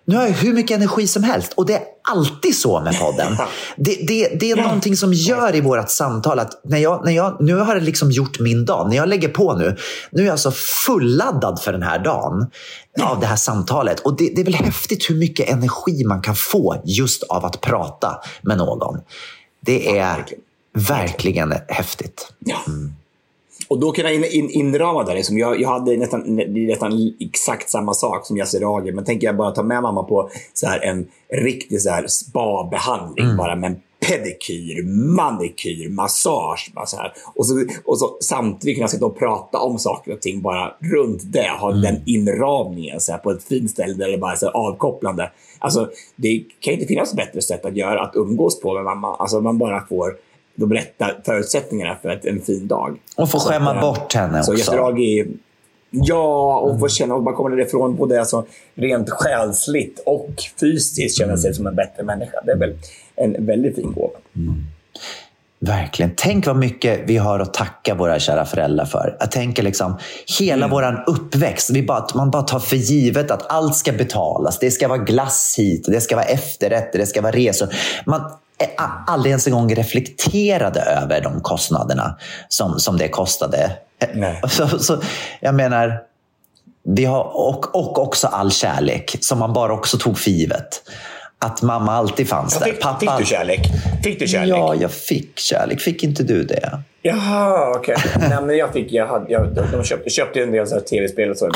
[SPEAKER 3] Nu har jag hur mycket energi som helst. Och det är alltid så med podden. Det, det, det är någonting som gör i vårt samtal att när jag, när jag, nu har det liksom gjort min dag. När jag lägger på nu, nu är jag så fulladdad för den här dagen av det här samtalet. Och det, det är väl häftigt hur mycket energi man kan få just av att prata med någon. Det är ja, verkligen. verkligen häftigt. Mm.
[SPEAKER 4] Och då kan jag in, in, inrama där. Liksom jag, jag hade nästan, nästan exakt samma sak som Yassir Aghi. Men tänker jag bara ta med mamma på så här en riktig så här spa-behandling. Mm. Bara med en pedikyr, manikyr, massage. Bara så här. Och, så, och så samtidigt kan jag sitta och prata om saker och ting. Bara runt det. Ha mm. den inramningen så här, på ett fint ställe. Där det är bara så här, avkopplande. Alltså, det kan inte finnas bättre sätt att göra. Att umgås på med mamma. Alltså man bara får... Då berättar förutsättningarna för ett, en fin dag.
[SPEAKER 3] Och få skämma
[SPEAKER 4] så,
[SPEAKER 3] bort henne
[SPEAKER 4] så
[SPEAKER 3] också.
[SPEAKER 4] Så Yassir ja, och mm. få känna, och bara komma därifrån både alltså, rent själsligt och fysiskt känna sig mm. som en bättre människa. Det är väl en väldigt fin gåva. Mm.
[SPEAKER 3] Verkligen. Tänk vad mycket vi har att tacka våra kära föräldrar för. Jag tänker liksom, hela mm. våran uppväxt, vi bara, man bara tar för givet att allt ska betalas. Det ska vara glass hit, det ska vara efterrätter, det ska vara resor. Man aldrig ens en gång reflekterade över de kostnaderna som, som det kostade. Så, så jag menar, vi har, och, och också all kärlek som man bara också tog för givet. Att mamma alltid fanns
[SPEAKER 4] ja,
[SPEAKER 3] där.
[SPEAKER 4] Fick,
[SPEAKER 3] Pappa,
[SPEAKER 4] fick du kärlek? Fick du kärlek?
[SPEAKER 3] Ja, jag fick kärlek. Fick inte du det?
[SPEAKER 4] Jaha, okej. Okay. Nej, men jag fick, jag hade, jag, de köpte, köpte en del så här tv-spel och så.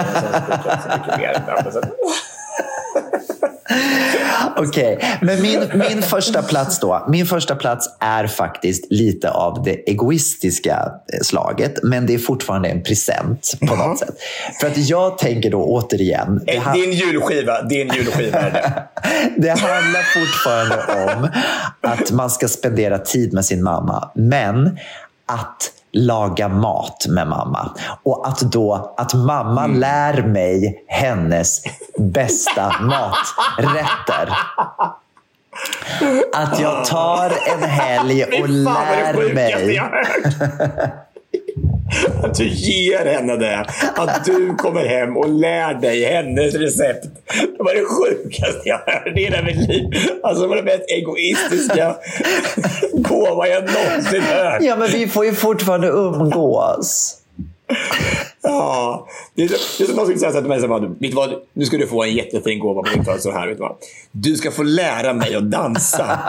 [SPEAKER 3] Okej, okay. Men min, min första plats då, min första plats är faktiskt lite av det egoistiska slaget, men det är fortfarande en present på något uh-huh. sätt. För att jag tänker då återigen...
[SPEAKER 4] Det, ha- det är en julskiva, det är en julskiva.
[SPEAKER 3] Det handlar fortfarande om att man ska spendera tid med sin mamma, men att laga mat med mamma. Och att då att mamma mm. lär mig hennes bästa maträtter. Att jag tar en helg och lär mig.
[SPEAKER 4] Att du ger henne det. Att du kommer hem och lär dig hennes recept. Det var det sjukaste jag hörde i hela mitt liv. Alltså det var det mest egoistiska gåva jag någonsin hört.
[SPEAKER 3] Ja, men vi får ju fortfarande umgås.
[SPEAKER 4] Ja, det är, det är som någon som säger till mig som, vet du vad, nu ska du få en jättefin gåva på din födelsedag så här, vet du vad? Du ska få lära mig att dansa.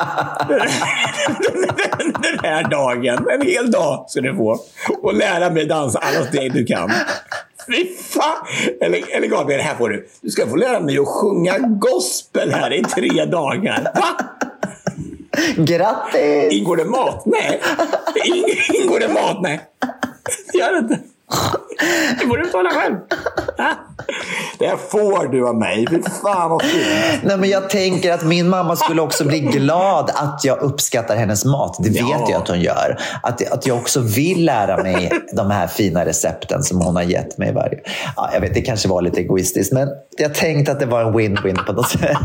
[SPEAKER 4] Den här dagen, en hel dag ska du få. Och lära mig att dansa alla steg du kan. Fy fan! Eller, eller Gabriel, här får du. Du ska få lära mig att sjunga gospel här i tre dagar. Va?
[SPEAKER 3] Grattis!
[SPEAKER 4] Ingår det mat? Nej. Ingår det mat? Nej. Gör det inte. Det får du betala själv. Det får du av mig. Fy fan vad fint.
[SPEAKER 3] Nej, men jag tänker att min mamma skulle också bli glad att jag uppskattar hennes mat. Det vet ja. jag att hon gör. Att, att jag också vill lära mig de här fina recepten som hon har gett mig varje. Ja, jag vet, det kanske var lite egoistiskt, men jag tänkte att det var en win-win på något sätt.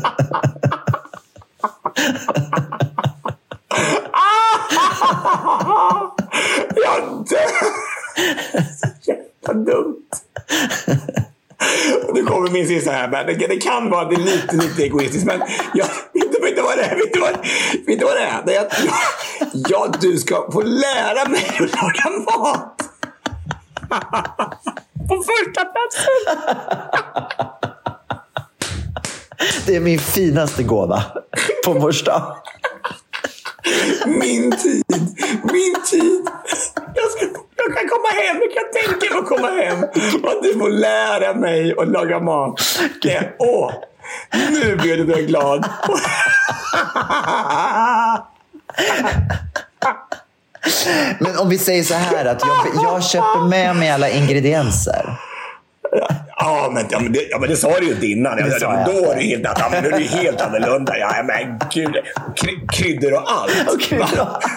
[SPEAKER 4] Jag dör. Jävla dumt. Och nu kommer min sista här. Men det, det kan vara det lite, lite egoistiskt. Men jag vet inte vad det är. Vet du vad, vet du vad det är? Det är att jag, jag, du ska få lära mig att laga mat. På första platsen.
[SPEAKER 3] Det är min finaste gåva på vår dag.
[SPEAKER 4] Min tid, min tid. Jag, ska, jag kan komma hem, jag kan tänka mig att komma hem. Och att du får lära mig att laga mat. Det, åh, nu blir du glad.
[SPEAKER 3] Men om vi säger så här att jag, jag köper med mig alla ingredienser.
[SPEAKER 4] Ja, men, ja, men, det, ja, men det sa du ju inte innan. Det jag, ja, då är det helt, ja, men det är helt annorlunda. Ja, men gud. Kry, kryddor och allt.
[SPEAKER 3] Och kryddor och allt.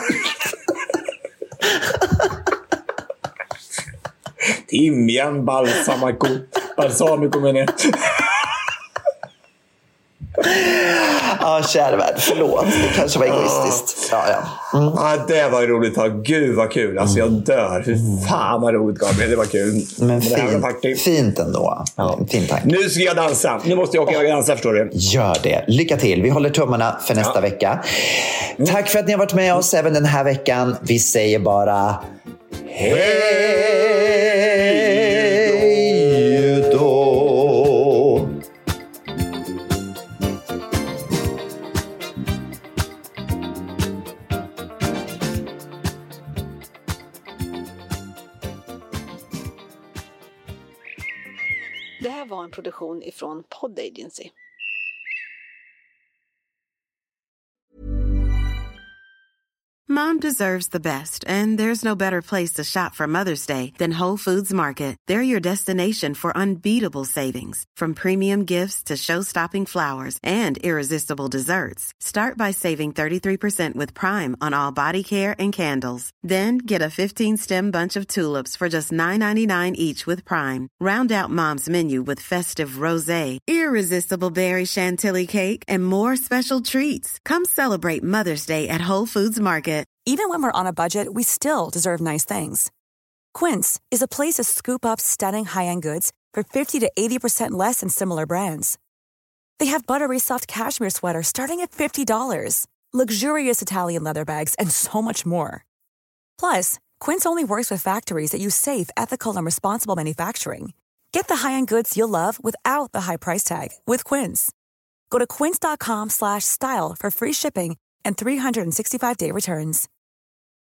[SPEAKER 4] Timjan, balsamico. Balsamico menar jag.
[SPEAKER 3] Ja, kära värld, förlåt. Det kanske var egoistiskt. Ja, ja. Mm.
[SPEAKER 4] Ja, det var roligt. Ja, gud vad kul. Alltså jag dör. Hur fan vad roligt, Gabriel. Det var kul.
[SPEAKER 3] Men fin, fint ändå. Ja. Fin tanke.
[SPEAKER 4] Nu ska jag dansa. Nu måste jag åka och dansa, förstår du.
[SPEAKER 3] Gör det. Lycka till. Vi håller tummarna för nästa ja. vecka. Tack för att ni har varit med oss även den här veckan. Vi säger bara hej då.
[SPEAKER 7] Det här var en produktion ifrån Pod Agency.
[SPEAKER 6] Mom deserves the best, and there's no better place to shop for Mother's Day than Whole Foods Market. They're your destination for unbeatable savings, from premium gifts to show-stopping flowers and irresistible desserts. Start by saving thirty-three percent with Prime on all body care and candles. Then get a fifteen-stem bunch of tulips for just nine ninety-nine each with Prime. Round out Mom's menu with festive rosé, irresistible berry chantilly cake, and more special treats. Come celebrate Mother's Day at Whole Foods Market.
[SPEAKER 8] Even when we're on a budget, we still deserve nice things. Quince is a place to scoop up stunning high-end goods for fifty to eighty percent less than similar brands. They have buttery soft cashmere sweaters starting at fifty dollars, luxurious Italian leather bags, and so much more. Plus, Quince only works with factories that use safe, ethical, and responsible manufacturing. Get the high-end goods you'll love without the high price tag with Quince. Go to quince dot com slash style for free shipping and three sixty-five day returns.